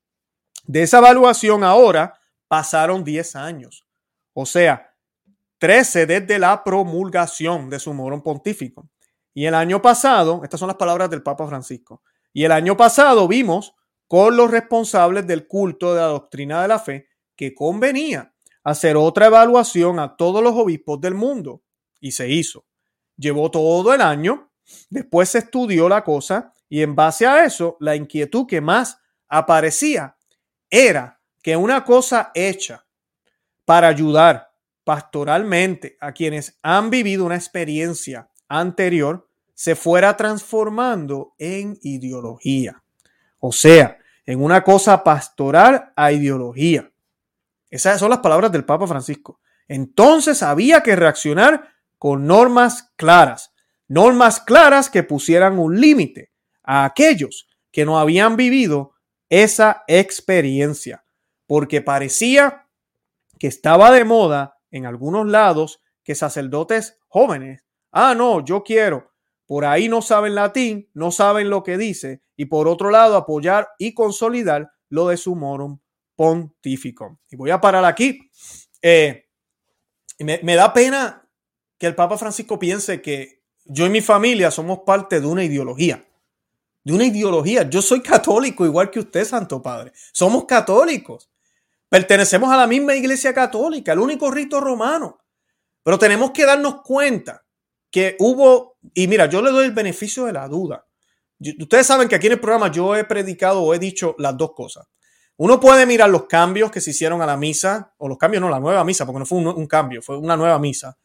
De esa evaluación ahora pasaron diez años. O sea, trece desde la promulgación de Summorum Pontificum. Y el año pasado, estas son las palabras del Papa Francisco, y el año pasado vimos con los responsables del culto de la doctrina de la fe que convenía hacer otra evaluación a todos los obispos del mundo. Y se hizo. Llevó todo el año Después se estudió la cosa y en base a eso, la inquietud que más aparecía era que una cosa hecha para ayudar pastoralmente a quienes han vivido una experiencia anterior se fuera transformando en ideología. O sea, en una cosa pastoral a ideología. Esas son las palabras del Papa Francisco. Entonces había que reaccionar con normas claras. Normas claras que pusieran un límite a aquellos que no habían vivido esa experiencia. Porque parecía que estaba de moda en algunos lados que sacerdotes jóvenes, ah, no, yo quiero, por ahí no saben latín, no saben lo que dice, y por otro lado apoyar y consolidar lo de Summorum Pontificum. Y voy a parar aquí. Eh, me, me da pena que el Papa Francisco piense que yo y mi familia somos parte de una ideología. De una ideología. Yo soy católico igual que usted, Santo Padre. Somos católicos. Pertenecemos a la misma iglesia católica, el único rito romano. Pero tenemos que darnos cuenta que hubo, y mira, yo le doy el beneficio de la duda. Yo, ustedes saben que aquí en el programa yo he predicado o he dicho las dos cosas. Uno puede mirar los cambios que se hicieron a la misa, o los cambios no, la nueva misa, porque no fue un, un cambio, fue una nueva misa.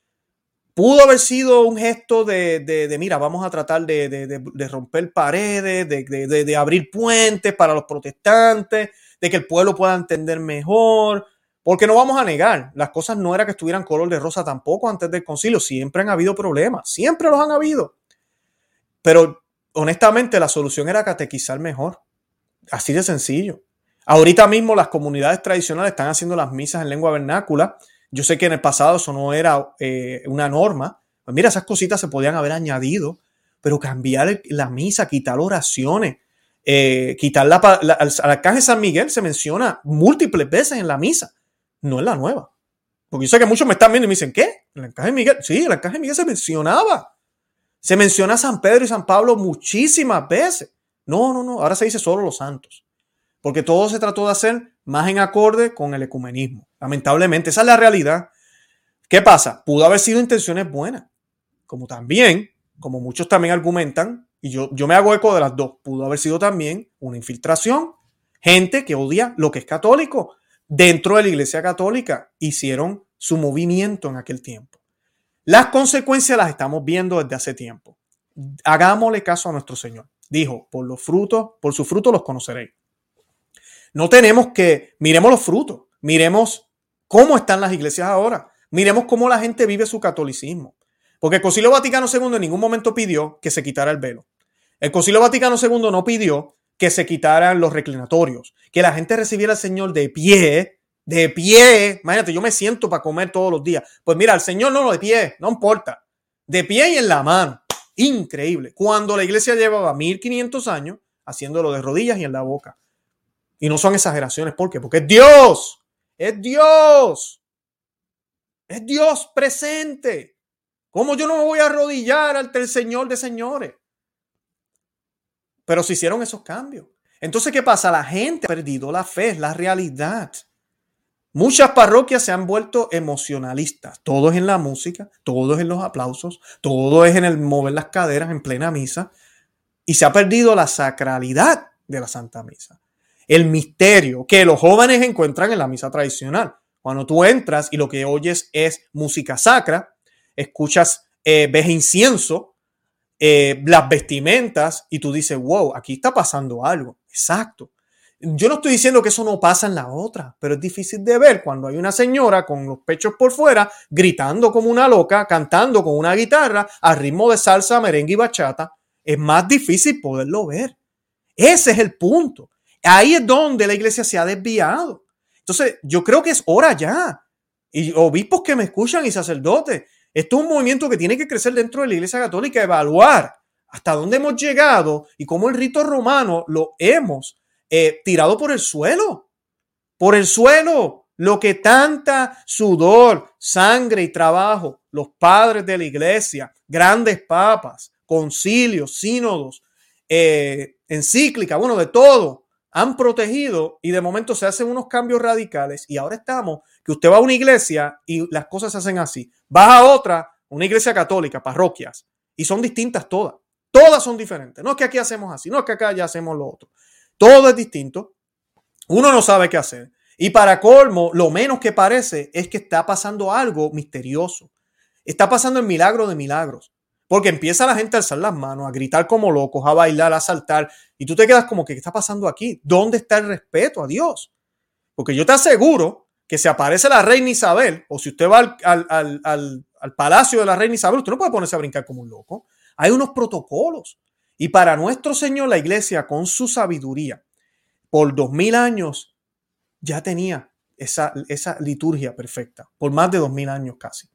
Pudo haber sido un gesto de, de, de mira, vamos a tratar de, de, de, de romper paredes, de, de, de, de abrir puentes para los protestantes, de que el pueblo pueda entender mejor, porque no vamos a negar, las cosas no era que estuvieran color de rosa tampoco antes del concilio, siempre han habido problemas, siempre los han habido, pero honestamente la solución era catequizar mejor, así de sencillo. Ahorita mismo las comunidades tradicionales están haciendo las misas en lengua vernácula. Yo sé que en el pasado eso no era eh, una norma. Pues mira, esas cositas se podían haber añadido, pero cambiar la misa, quitar oraciones, eh, quitar la, la, al, al arcángel San Miguel se menciona múltiples veces en la misa, no en la nueva. Porque yo sé que muchos me están viendo y me dicen, ¿qué? ¿El arcángel Miguel? Sí, el arcángel Miguel se mencionaba. Se menciona a San Pedro y San Pablo muchísimas veces. No, no, no, ahora se dice solo los santos. Porque todo se trató de hacer más en acorde con el ecumenismo. Lamentablemente, esa es la realidad. ¿Qué pasa? Pudo haber sido intenciones buenas. Como también, como muchos también argumentan, y yo, yo me hago eco de las dos, pudo haber sido también una infiltración. Gente que odia lo que es católico. Dentro de la Iglesia Católica hicieron su movimiento en aquel tiempo. Las consecuencias las estamos viendo desde hace tiempo. Hagámosle caso a nuestro Señor. Dijo, por los frutos, por sus frutos los conoceréis. No tenemos que, miremos los frutos, miremos cómo están las iglesias ahora, miremos cómo la gente vive su catolicismo. Porque el Concilio Vaticano segundo en ningún momento pidió que se quitara el velo. El Concilio Vaticano segundo no pidió que se quitaran los reclinatorios, que la gente recibiera al Señor de pie, de pie. Imagínate, yo me siento para comer todos los días. Pues mira, al Señor no, no de pie, no importa. De pie y en la mano. Increíble. Cuando la iglesia llevaba mil quinientos años haciéndolo de rodillas y en la boca. Y no son exageraciones. ¿Por qué? Porque es Dios. Es Dios. Es Dios presente. ¿Cómo yo no me voy a arrodillar ante el Señor de señores? Pero se hicieron esos cambios. Entonces, ¿qué pasa? La gente ha perdido la fe, es la realidad. Muchas parroquias se han vuelto emocionalistas. Todo es en la música, todo es en los aplausos, todo es en el mover las caderas en plena misa. Y se ha perdido la sacralidad de la Santa Misa. El misterio que los jóvenes encuentran en la misa tradicional. Cuando tú entras y lo que oyes es música sacra, escuchas, eh, ves incienso, eh, las vestimentas y tú dices, wow, aquí está pasando algo. Exacto. Yo no estoy diciendo que eso no pasa en la otra, pero es difícil de ver cuando hay una señora con los pechos por fuera, gritando como una loca, cantando con una guitarra a ritmo de salsa, merengue y bachata. Es más difícil poderlo ver. Ese es el punto. Ahí es donde la iglesia se ha desviado. Entonces, yo creo que es hora ya. Y obispos que me escuchan y sacerdotes, esto es un movimiento que tiene que crecer dentro de la Iglesia Católica, evaluar hasta dónde hemos llegado y cómo el rito romano lo hemos eh, tirado por el suelo. Por el suelo. Lo que tanta sudor, sangre y trabajo, los padres de la iglesia, grandes papas, concilios, sínodos, eh, encíclicas, bueno, de todo, han protegido y de momento se hacen unos cambios radicales y ahora estamos que usted va a una iglesia y las cosas se hacen así. Vas a otra, una iglesia católica, parroquias, Y son distintas todas. Todas son diferentes. No es que aquí hacemos así, no es que acá ya hacemos lo otro. Todo es distinto. Uno no sabe qué hacer. Y para colmo, lo menos que parece es que está pasando algo misterioso. Está pasando el milagro de milagros. Porque empieza la gente a alzar las manos, a gritar como locos, a bailar, a saltar. Y tú te quedas como que, ¿qué está pasando aquí? ¿Dónde está el respeto a Dios? Porque yo te aseguro que si aparece la reina Isabel, o si usted va al, al, al, al, al palacio de la reina Isabel, usted no puede ponerse a brincar como un loco. Hay unos protocolos. Y para nuestro Señor, la iglesia, con su sabiduría, por dos mil años, ya tenía esa, esa liturgia perfecta. Por más de dos mil años casi.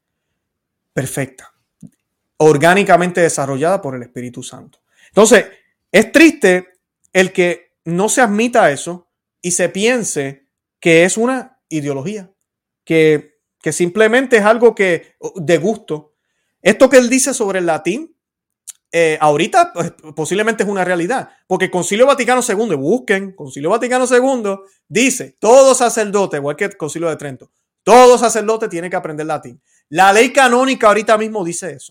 Perfecta. Orgánicamente desarrollada por el Espíritu Santo. Entonces, es triste el que no se admita eso y se piense que es una ideología, que, que simplemente es algo que de gusto. Esto que él dice sobre el latín, eh, ahorita pues, posiblemente es una realidad, porque el Concilio Vaticano segundo, busquen, Concilio Vaticano segundo, dice, todo sacerdote, igual que el Concilio de Trento, todo sacerdote tiene que aprender latín. La ley canónica ahorita mismo dice eso.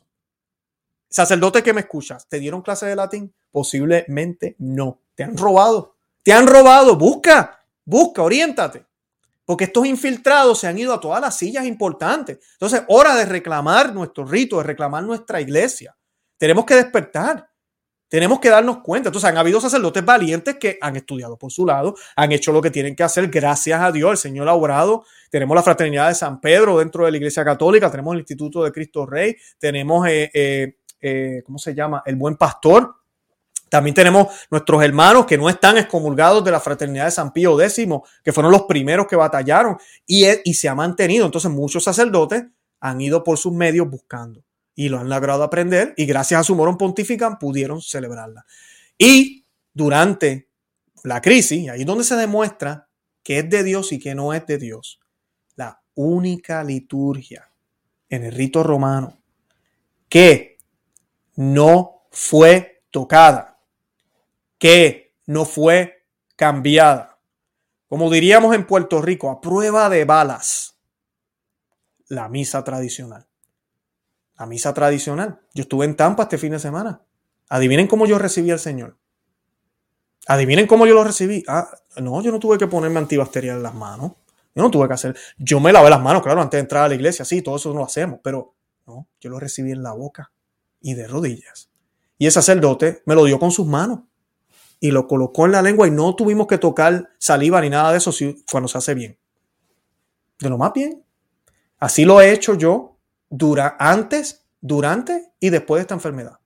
Sacerdote que me escuchas, ¿te dieron clase de latín? Posiblemente no. Te han robado. Te han robado. Busca, busca, oriéntate. Porque estos infiltrados se han ido a todas las sillas importantes. Entonces, hora de reclamar nuestro rito, de reclamar nuestra iglesia. Tenemos que despertar. Tenemos que darnos cuenta. Entonces, han habido sacerdotes valientes que han estudiado por su lado, han hecho lo que tienen que hacer. Gracias a Dios, el Señor ha obrado. Tenemos la Fraternidad de San Pedro dentro de la Iglesia Católica. Tenemos el Instituto de Cristo Rey. Tenemos... Eh, eh, Eh, ¿cómo se llama? El Buen Pastor. También tenemos nuestros hermanos que no están excomulgados de la Fraternidad de San Pío X, que fueron los primeros que batallaron y, y se ha mantenido. Entonces muchos sacerdotes han ido por sus medios buscando y lo han logrado aprender y gracias a su morón pontifican pudieron celebrarla. Y durante la crisis, ahí es donde se demuestra que es de Dios y que no es de Dios. La única liturgia en el rito romano que no fue tocada, que no fue cambiada. Como diríamos en Puerto Rico, a prueba de balas, la misa tradicional. La misa tradicional. Yo estuve en Tampa este fin de semana. Adivinen cómo yo recibí al Señor. Adivinen cómo yo lo recibí. Ah, no, yo no tuve que ponerme antibacterial en las manos. Yo no tuve que hacer. Yo me lavé las manos, claro, antes de entrar a la iglesia. Sí, todo eso no lo hacemos, pero no, yo lo recibí en la boca y de rodillas. Y el sacerdote me lo dio con sus manos y lo colocó en la lengua y no tuvimos que tocar saliva ni nada de eso cuando se hace bien. De lo más bien. Así lo he hecho yo dura, antes, durante y después de esta enfermedad.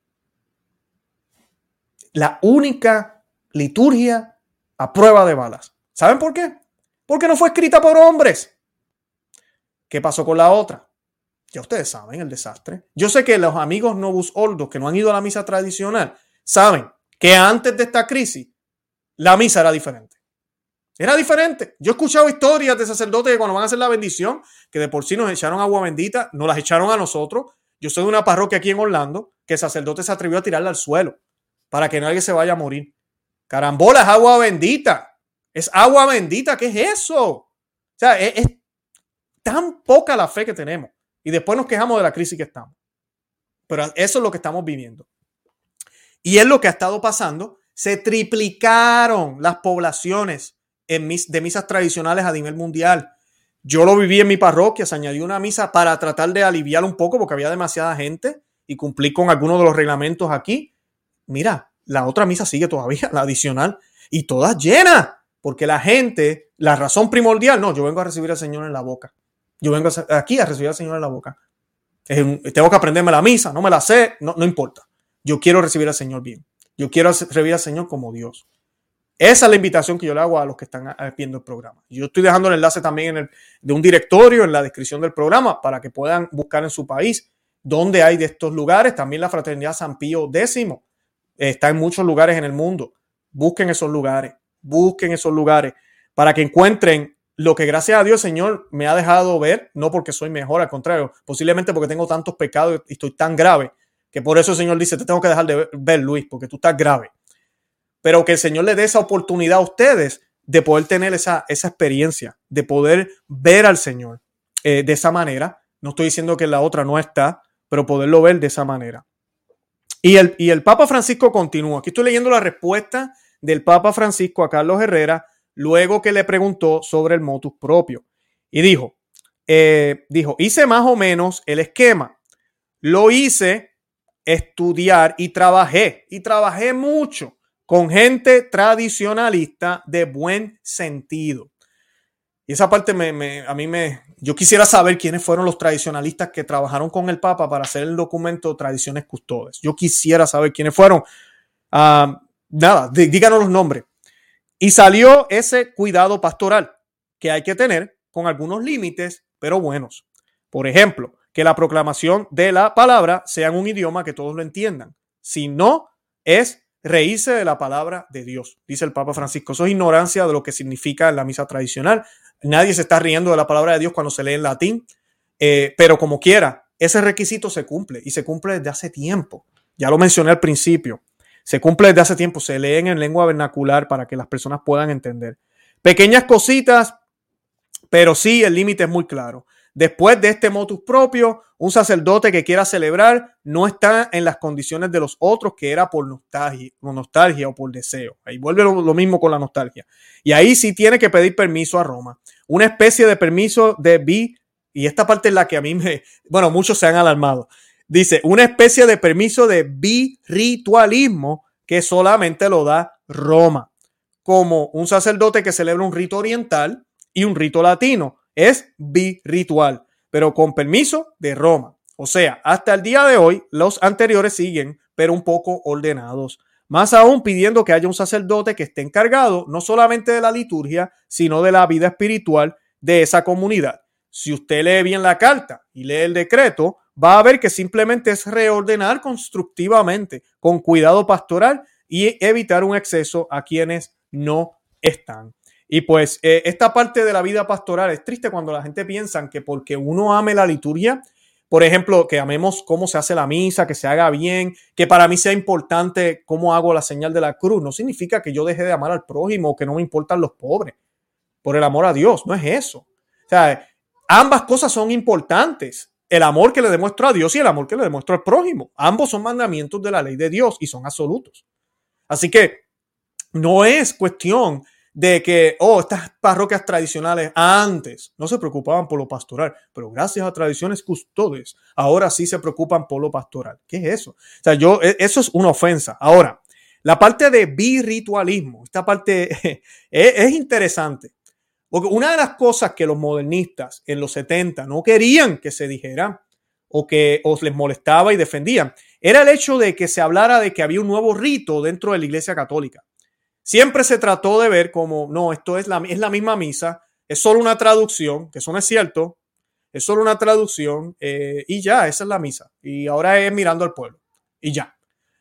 La única liturgia a prueba de balas. ¿Saben por qué? Porque no fue escrita por hombres. ¿Qué pasó con la otra? Ya ustedes saben el desastre. Yo sé que los amigos Novus Ordo que no han ido a la misa tradicional saben que antes de esta crisis la misa era diferente. Era diferente. Yo he escuchado historias de sacerdotes que cuando van a hacer la bendición, que de por sí nos echaron agua bendita, nos las echaron a nosotros. Yo soy de una parroquia aquí en Orlando que el sacerdote se atrevió a tirarla al suelo para que nadie se vaya a morir. Carambola, es agua bendita. Es agua bendita. ¿Qué es eso? O sea, es, es tan poca la fe que tenemos. Y después nos quejamos de la crisis que estamos. Pero eso es lo que estamos viviendo. Y es lo que ha estado pasando. Se triplicaron las poblaciones en mis, de misas tradicionales a nivel mundial. Yo lo viví en mi parroquia. Se añadió una misa para tratar de aliviar un poco porque había demasiada gente y cumplir con algunos de los reglamentos aquí. Mira, la otra misa sigue todavía, la adicional, y todas llenas. Porque la gente, la razón primordial, no, yo vengo a recibir al Señor en la boca. Yo vengo aquí a recibir al Señor en la boca. Tengo que aprenderme la misa, no me la sé, no, no importa. Yo quiero recibir al Señor bien. Yo quiero recibir al Señor como Dios. Esa es la invitación que yo le hago a los que están viendo el programa. Yo estoy dejando el enlace también en el, de un directorio en la descripción del programa para que puedan buscar en su país dónde hay de estos lugares. También la Fraternidad San Pío X está en muchos lugares en el mundo. Busquen esos lugares, busquen esos lugares para que encuentren lo que gracias a Dios el Señor me ha dejado ver, no porque soy mejor, al contrario, posiblemente porque tengo tantos pecados y estoy tan grave, que por eso el Señor dice, te tengo que dejar de ver, Luis, porque tú estás grave. Pero que el Señor le dé esa oportunidad a ustedes de poder tener esa, esa experiencia, de poder ver al Señor eh, de esa manera. No estoy diciendo que la otra no está, pero poderlo ver de esa manera. Y el, y el Papa Francisco continúa. Aquí estoy leyendo la respuesta del Papa Francisco a Carlos Herrera luego que le preguntó sobre el motus propio. Y dijo, eh, dijo, hice más o menos el esquema. Lo hice estudiar y trabajé. Y trabajé mucho con gente tradicionalista de buen sentido. Y esa parte me, me, a mí me... Yo quisiera saber quiénes fueron los tradicionalistas que trabajaron con el Papa para hacer el documento Tradiciones Custodes. Yo quisiera saber quiénes fueron. Uh, nada, díganos los nombres. Y salió ese cuidado pastoral que hay que tener con algunos límites, pero buenos. Por ejemplo, que la proclamación de la palabra sea en un idioma que todos lo entiendan. Si no, es reírse de la palabra de Dios, dice el Papa Francisco. Eso es ignorancia de lo que significa la misa tradicional. Nadie se está riendo de la palabra de Dios cuando se lee en latín, eh, pero como quiera, ese requisito se cumple y se cumple desde hace tiempo. Ya lo mencioné al principio. Se cumple desde hace tiempo, se leen en lengua vernacular para que las personas puedan entender. Pequeñas cositas, pero sí el límite es muy claro. Después de este motus propio, un sacerdote que quiera celebrar no está en las condiciones de los otros, que era por nostalgia, por nostalgia o por deseo. Ahí vuelve lo, lo mismo con la nostalgia. Y ahí sí tiene que pedir permiso a Roma. Una especie de permiso de bi, y esta parte es la que a mí me... Bueno, muchos se han alarmado. Dice, una especie de permiso de birritualismo que solamente lo da Roma. Como un sacerdote que celebra un rito oriental y un rito latino. Es birritual, pero con permiso de Roma. O sea, hasta el día de hoy, los anteriores siguen, pero un poco ordenados. Más aún pidiendo que haya un sacerdote que esté encargado no solamente de la liturgia, sino de la vida espiritual de esa comunidad. Si usted lee bien la carta y lee el decreto, va a ver que simplemente es reordenar constructivamente, con cuidado pastoral y evitar un exceso a quienes no están. Y pues eh, esta parte de la vida pastoral es triste cuando la gente piensa que porque uno ame la liturgia, por ejemplo, que amemos cómo se hace la misa, que se haga bien, que para mí sea importante cómo hago la señal de la cruz, no significa que yo deje de amar al prójimo o que no me importan los pobres. Por el amor a Dios, no es eso. O sea, ambas cosas son importantes. El amor que le demuestro a Dios y el amor que le demuestro al prójimo. Ambos son mandamientos de la ley de Dios y son absolutos. Así que no es cuestión de que, oh, estas parroquias tradicionales antes no se preocupaban por lo pastoral, pero gracias a Tradiciones Custodes, ahora sí se preocupan por lo pastoral. ¿Qué es eso? O sea, yo, eso es una ofensa. Ahora, la parte de birritualismo, esta parte es, es interesante, porque una de las cosas que los modernistas en los setenta no querían que se dijera o que os les molestaba y defendían, era el hecho de que se hablara de que había un nuevo rito dentro de la Iglesia Católica. Siempre se trató de ver como, no, esto es la, es la misma misa, es solo una traducción, que eso no es cierto, es solo una traducción eh, y ya, esa es la misa. Y ahora es mirando al pueblo y ya.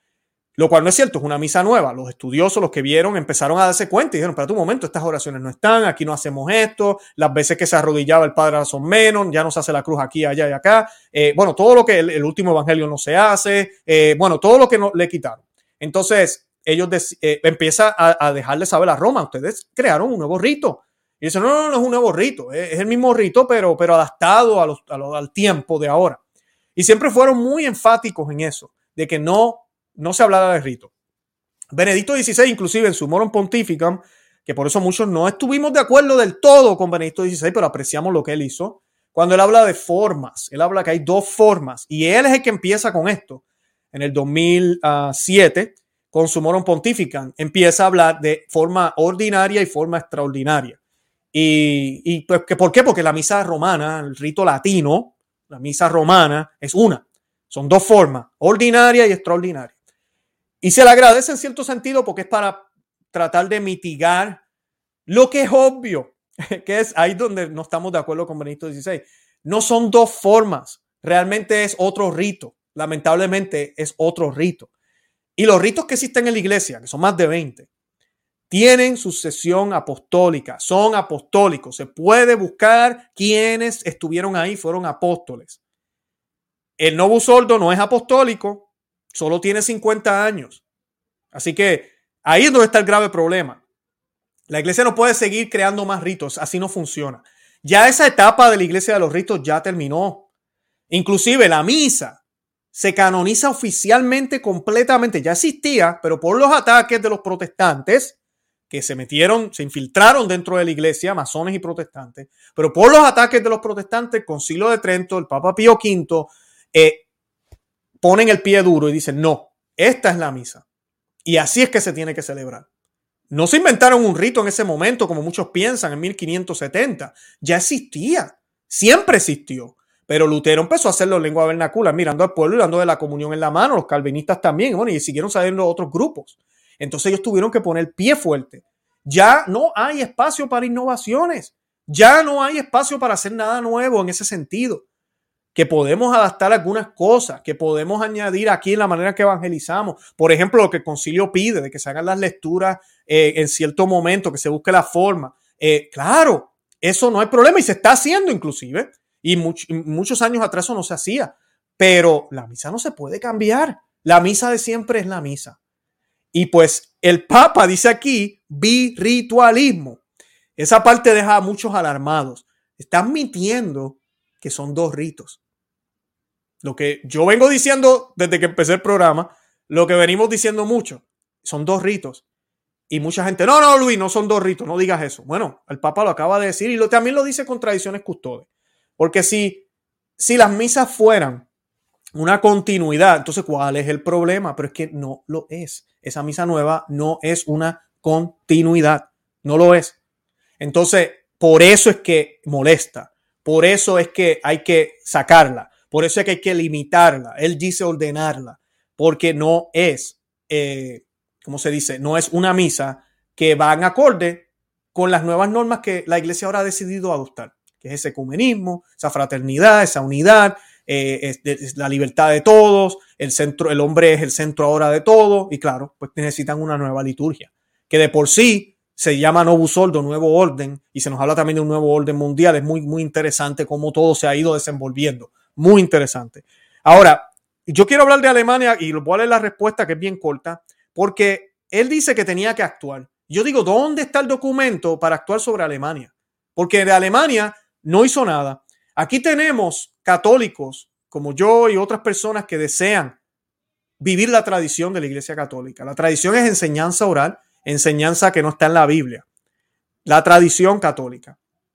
Lo cual no es cierto, es una misa nueva. Los estudiosos, los que vieron, empezaron a darse cuenta y dijeron, espérate un momento, estas oraciones no están, aquí no hacemos esto, las veces que se arrodillaba el Padre son menos, ya no se hace la cruz aquí, allá y acá. Eh, bueno, todo lo que el, el último evangelio no se hace, eh, bueno, todo lo que no, le quitaron. Entonces, ellos des, eh, empiezan a, a dejarle saber a Roma, ustedes crearon un nuevo rito. Y dicen, no, no, no es un nuevo rito, es, es el mismo rito, pero, pero adaptado a los, a los, al tiempo de ahora. Y siempre fueron muy enfáticos en eso, de que no, no se hablara de rito. Benedicto dieciséis, inclusive en su Morum Pontificam, que por eso muchos no estuvimos de acuerdo del todo con Benedicto dieciséis, pero apreciamos lo que él hizo. Cuando él habla de formas, él habla que hay dos formas, y él es el que empieza con esto. En el dos mil siete, con su Morum Pontificam, empieza a hablar de forma ordinaria y forma extraordinaria. Y, y pues, ¿por qué? Porque la misa romana, el rito latino, la misa romana es una. Son dos formas, ordinaria y extraordinaria. Y se le agradece en cierto sentido porque es para tratar de mitigar lo que es obvio, que es ahí donde no estamos de acuerdo con Benedicto dieciséis. No son dos formas, realmente es otro rito. Lamentablemente es otro rito. Y los ritos que existen en la iglesia, que son más de veinte, tienen sucesión apostólica, son apostólicos. Se puede buscar quienes estuvieron ahí, fueron apóstoles. El Novus Ordo no es apostólico, solo tiene cincuenta años. Así que ahí es donde está el grave problema. La iglesia no puede seguir creando más ritos, así no funciona. Ya esa etapa de la iglesia de los ritos ya terminó. Inclusive la misa se canoniza oficialmente, completamente. Ya existía, pero por los ataques de los protestantes, que se metieron, se infiltraron dentro de la iglesia, masones y protestantes, pero por los ataques de los protestantes, el Concilio de Trento, el Papa Pío quinto, eh, ponen el pie duro y dicen, no, esta es la misa. Y así es que se tiene que celebrar. No se inventaron un rito en ese momento, como muchos piensan, en mil quinientos setenta. Ya existía, siempre existió. Pero Lutero empezó a hacerlo en lengua vernacular, mirando al pueblo y dando de la comunión en la mano, los calvinistas también, bueno, y siguieron saliendo otros grupos. Entonces ellos tuvieron que poner pie fuerte. Ya no hay espacio para innovaciones. Ya no hay espacio para hacer nada nuevo en ese sentido. Que podemos adaptar algunas cosas, que podemos añadir aquí en la manera que evangelizamos. Por ejemplo, lo que el concilio pide, de que se hagan las lecturas eh, en cierto momento, que se busque la forma. Eh, claro, eso no hay problema y se está haciendo inclusive. Y much, muchos años atrás eso no se hacía. Pero la misa no se puede cambiar. La misa de siempre es la misa. Y pues el Papa dice aquí birritualismo. Esa parte deja a muchos alarmados. Está admitiendo que son dos ritos. Lo que yo vengo diciendo desde que empecé el programa, lo que venimos diciendo mucho, son dos ritos. Y mucha gente, no, no, Luis, no son dos ritos, no digas eso. Bueno, el Papa lo acaba de decir y lo, también lo dice con Tradiciones Custodes. Porque si, si las misas fueran una continuidad, entonces, ¿cuál es el problema? Pero es que no lo es. Esa misa nueva no es una continuidad. No lo es. Entonces, por eso es que molesta. Por eso es que hay que sacarla. Por eso es que hay que limitarla. Él dice ordenarla. Porque no es, eh, ¿cómo se dice? No es una misa que va en acorde con las nuevas normas que la Iglesia ahora ha decidido adoptar. Que es ese ecumenismo, esa fraternidad, esa unidad, eh, es, es la libertad de todos, el centro, el hombre es el centro ahora de todo. Y claro, pues necesitan una nueva liturgia. Que de por sí se llama Novus Ordo, nuevo orden, y se nos habla también de un nuevo orden mundial. Es muy, muy interesante cómo todo se ha ido desenvolviendo. Muy interesante. Ahora, yo quiero hablar de Alemania y voy a leer la respuesta que es bien corta, porque él dice que tenía que actuar. Yo digo, ¿dónde está el documento para actuar sobre Alemania? Porque de Alemania no hizo nada. Aquí tenemos católicos como yo y otras personas que desean vivir la tradición de la Iglesia Católica. La tradición es enseñanza oral, enseñanza que no está en la Biblia. La tradición católica,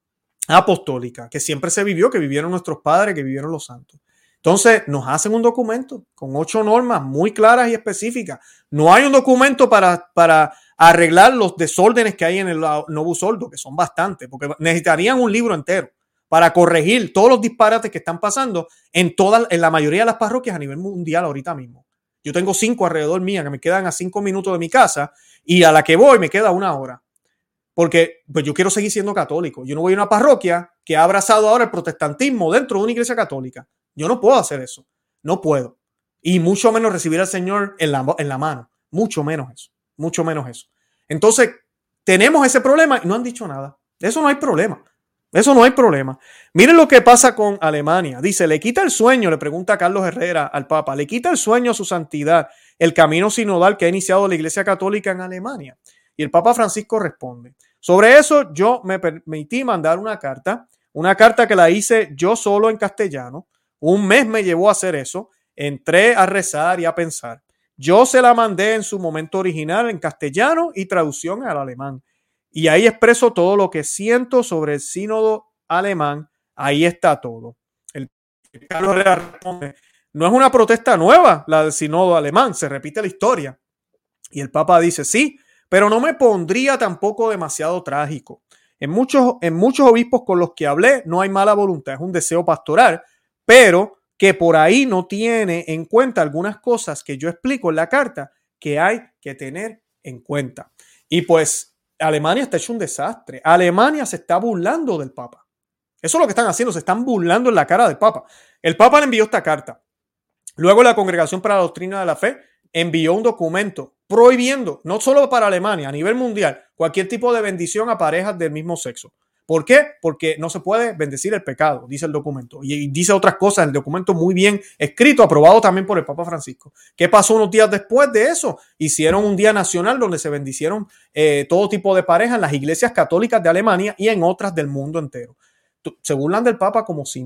apostólica, que siempre se vivió, que vivieron nuestros padres, que vivieron los santos. Entonces nos hacen un documento con ocho normas muy claras y específicas. No hay un documento para, para arreglar los desórdenes que hay en el Novus Ordo, que son bastantes, porque necesitarían un libro entero para corregir todos los disparates que están pasando en, toda, en la mayoría de las parroquias a nivel mundial ahorita mismo. Yo tengo cinco alrededor mía que me quedan a cinco minutos de mi casa y a la que voy me queda una hora. Porque pues yo quiero seguir siendo católico. Yo no voy a una parroquia que ha abrazado ahora el protestantismo dentro de una iglesia católica. Yo no puedo hacer eso. No puedo. Y mucho menos recibir al Señor en la, en la mano. Mucho menos eso. Mucho menos eso. Entonces, tenemos ese problema y no han dicho nada. De eso no hay problema. De eso no hay problema. Miren lo que pasa con Alemania. Dice, le quita el sueño, le pregunta Carlos Herrera al Papa, le quita el sueño a su santidad el camino sinodal que ha iniciado la Iglesia Católica en Alemania. Y el Papa Francisco responde. Sobre eso yo me permití mandar una carta, una carta que la hice yo solo en castellano. Un mes me llevó a hacer eso. Entré a rezar y a pensar. Yo se la mandé en su momento original en castellano y traducción al alemán. Y ahí expreso todo lo que siento sobre el sínodo alemán. Ahí está todo. El Carlos le responde, no es una protesta nueva la del sínodo alemán, se repite la historia. Y el Papa dice, sí, pero no me pondría tampoco demasiado trágico. En muchos, en muchos obispos con los que hablé no hay mala voluntad, es un deseo pastoral, pero que por ahí no tiene en cuenta algunas cosas que yo explico en la carta que hay que tener en cuenta. Y pues Alemania está hecho un desastre. Alemania se está burlando del Papa. Eso es lo que están haciendo, se están burlando en la cara del Papa. El Papa le envió esta carta. Luego la Congregación para la Doctrina de la Fe envió un documento prohibiendo, no solo para Alemania, a nivel mundial, cualquier tipo de bendición a parejas del mismo sexo. ¿Por qué? Porque no se puede bendecir el pecado, dice el documento. Y dice otras cosas, el documento muy bien escrito, aprobado también por el Papa Francisco. ¿Qué pasó unos días después de eso? Hicieron un día nacional donde se bendicieron eh, todo tipo de parejas en las iglesias católicas de Alemania y en otras del mundo entero. Se burlan del Papa como si nada.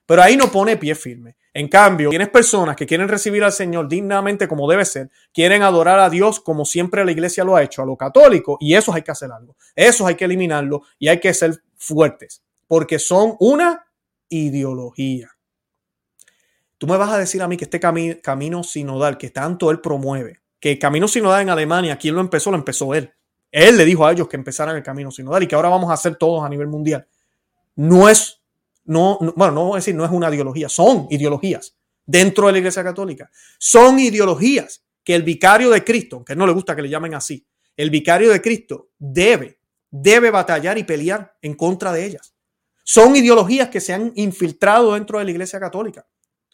Pero ahí no pone pie firme. En cambio, tienes personas que quieren recibir al Señor dignamente como debe ser, quieren adorar a Dios como siempre la iglesia lo ha hecho, a lo católico, y esos hay que hacer algo. Esos hay que eliminarlo y hay que ser fuertes, porque son una ideología. Tú me vas a decir a mí que este cami- camino sinodal que tanto él promueve, que el camino sinodal en Alemania, ¿quién lo empezó? Lo empezó él. Él le dijo a ellos que empezaran el camino sinodal y que ahora vamos a hacer todos a nivel mundial. No es, no, no bueno, no voy a decir no es una ideología, son ideologías dentro de la Iglesia Católica. Son ideologías que el vicario de Cristo, que no le gusta que le llamen así, el vicario de Cristo debe, debe batallar y pelear en contra de ellas. Son ideologías que se han infiltrado dentro de la Iglesia Católica.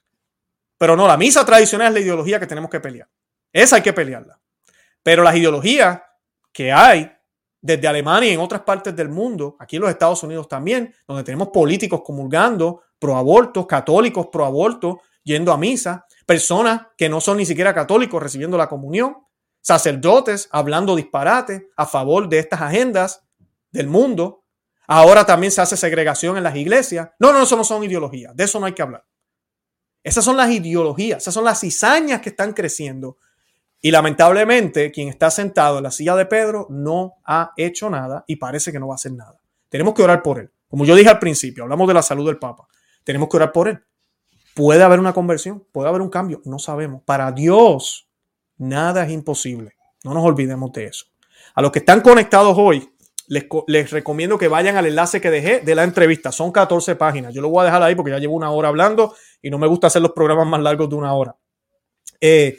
Pero no, la misa tradicional es la ideología que tenemos que pelear. Esa hay que pelearla. Pero las ideologías que hay desde Alemania y en otras partes del mundo, aquí en los Estados Unidos también, donde tenemos políticos comulgando pro aborto, católicos pro aborto, yendo a misa, personas que no son ni siquiera católicos recibiendo la comunión, sacerdotes hablando disparates a favor de estas agendas del mundo. Ahora también se hace segregación en las iglesias. No, no, eso no son ideologías. De eso no hay que hablar. Esas son las ideologías, esas son las cizañas que están creciendo. Y lamentablemente, quien está sentado en la silla de Pedro no ha hecho nada y parece que no va a hacer nada. Tenemos que orar por él. Como yo dije al principio, hablamos de la salud del Papa. Tenemos que orar por él. Puede haber una conversión, puede haber un cambio, no sabemos. Para Dios, nada es imposible. No nos olvidemos de eso. A los que están conectados hoy, les, les recomiendo que vayan al enlace que dejé de la entrevista. Son catorce páginas. Yo lo voy a dejar ahí porque ya llevo una hora hablando y no me gusta hacer los programas más largos de una hora. Eh,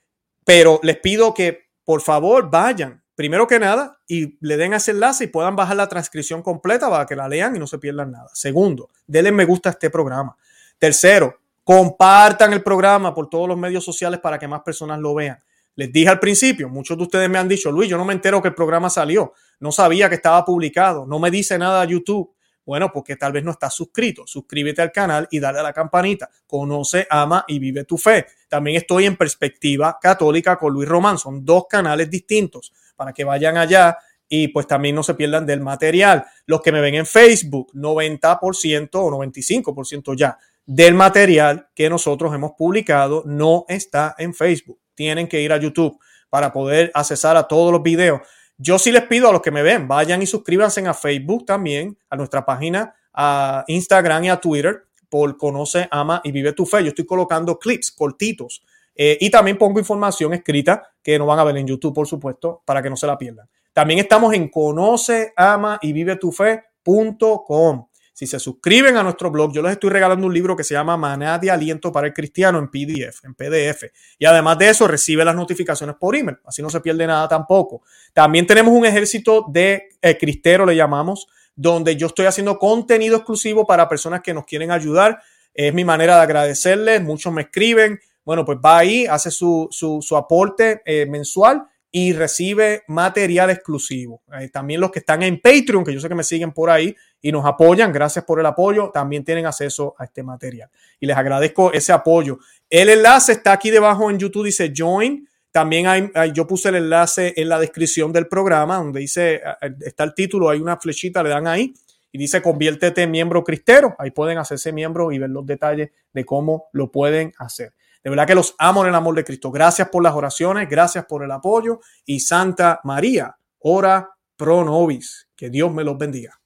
pero les pido que, por favor, vayan, primero que nada, y le den a ese enlace y puedan bajar la transcripción completa para que la lean y no se pierdan nada. Segundo, denle me gusta a este programa. Tercero, compartan el programa por todos los medios sociales para que más personas lo vean. Les dije al principio, muchos de ustedes me han dicho, Luis, yo no me entero que el programa salió, no sabía que estaba publicado, no me dice nada a YouTube. Bueno, porque tal vez no estás suscrito. Suscríbete al canal y dale a la campanita. Conoce, ama y vive tu fe. También estoy en Perspectiva Católica con Luis Román. Son dos canales distintos para que vayan allá y pues también no se pierdan del material. Los que me ven en Facebook, noventa por ciento o noventa y cinco por ciento ya del material que nosotros hemos publicado no está en Facebook. Tienen que ir a YouTube para poder accesar a todos los videos. Yo sí les pido a los que me ven, vayan y suscríbanse a Facebook también, a nuestra página, a Instagram y a Twitter, por Conoce, Ama y Vive tu Fe. Yo estoy colocando clips cortitos eh, y también pongo información escrita que no van a ver en YouTube, por supuesto, para que no se la pierdan. También estamos en conoce, ama y vive tu fe punto com. Si se suscriben a nuestro blog, yo les estoy regalando un libro que se llama Maná de Aliento para el Cristiano en P D F, en P D F. Y además de eso, recibe las notificaciones por email. Así no se pierde nada tampoco. También tenemos un ejército de eh, cristeros, le llamamos, donde yo estoy haciendo contenido exclusivo para personas que nos quieren ayudar. Es mi manera de agradecerles. Muchos me escriben. Bueno, pues va ahí, hace su, su, su aporte eh, mensual y recibe material exclusivo. Eh, también los que están en Patreon, que yo sé que me siguen por ahí y nos apoyan, gracias por el apoyo, también tienen acceso a este material. Y les agradezco ese apoyo. El enlace está aquí debajo en YouTube, dice Join. También hay, hay, yo puse el enlace en la descripción del programa, donde dice, está el título, hay una flechita, le dan ahí y dice conviértete en miembro cristero. Ahí pueden hacerse miembro y ver los detalles de cómo lo pueden hacer. De verdad que los amo en el amor de Cristo. Gracias por las oraciones, gracias por el apoyo y Santa María, ora pro nobis. Que Dios me los bendiga.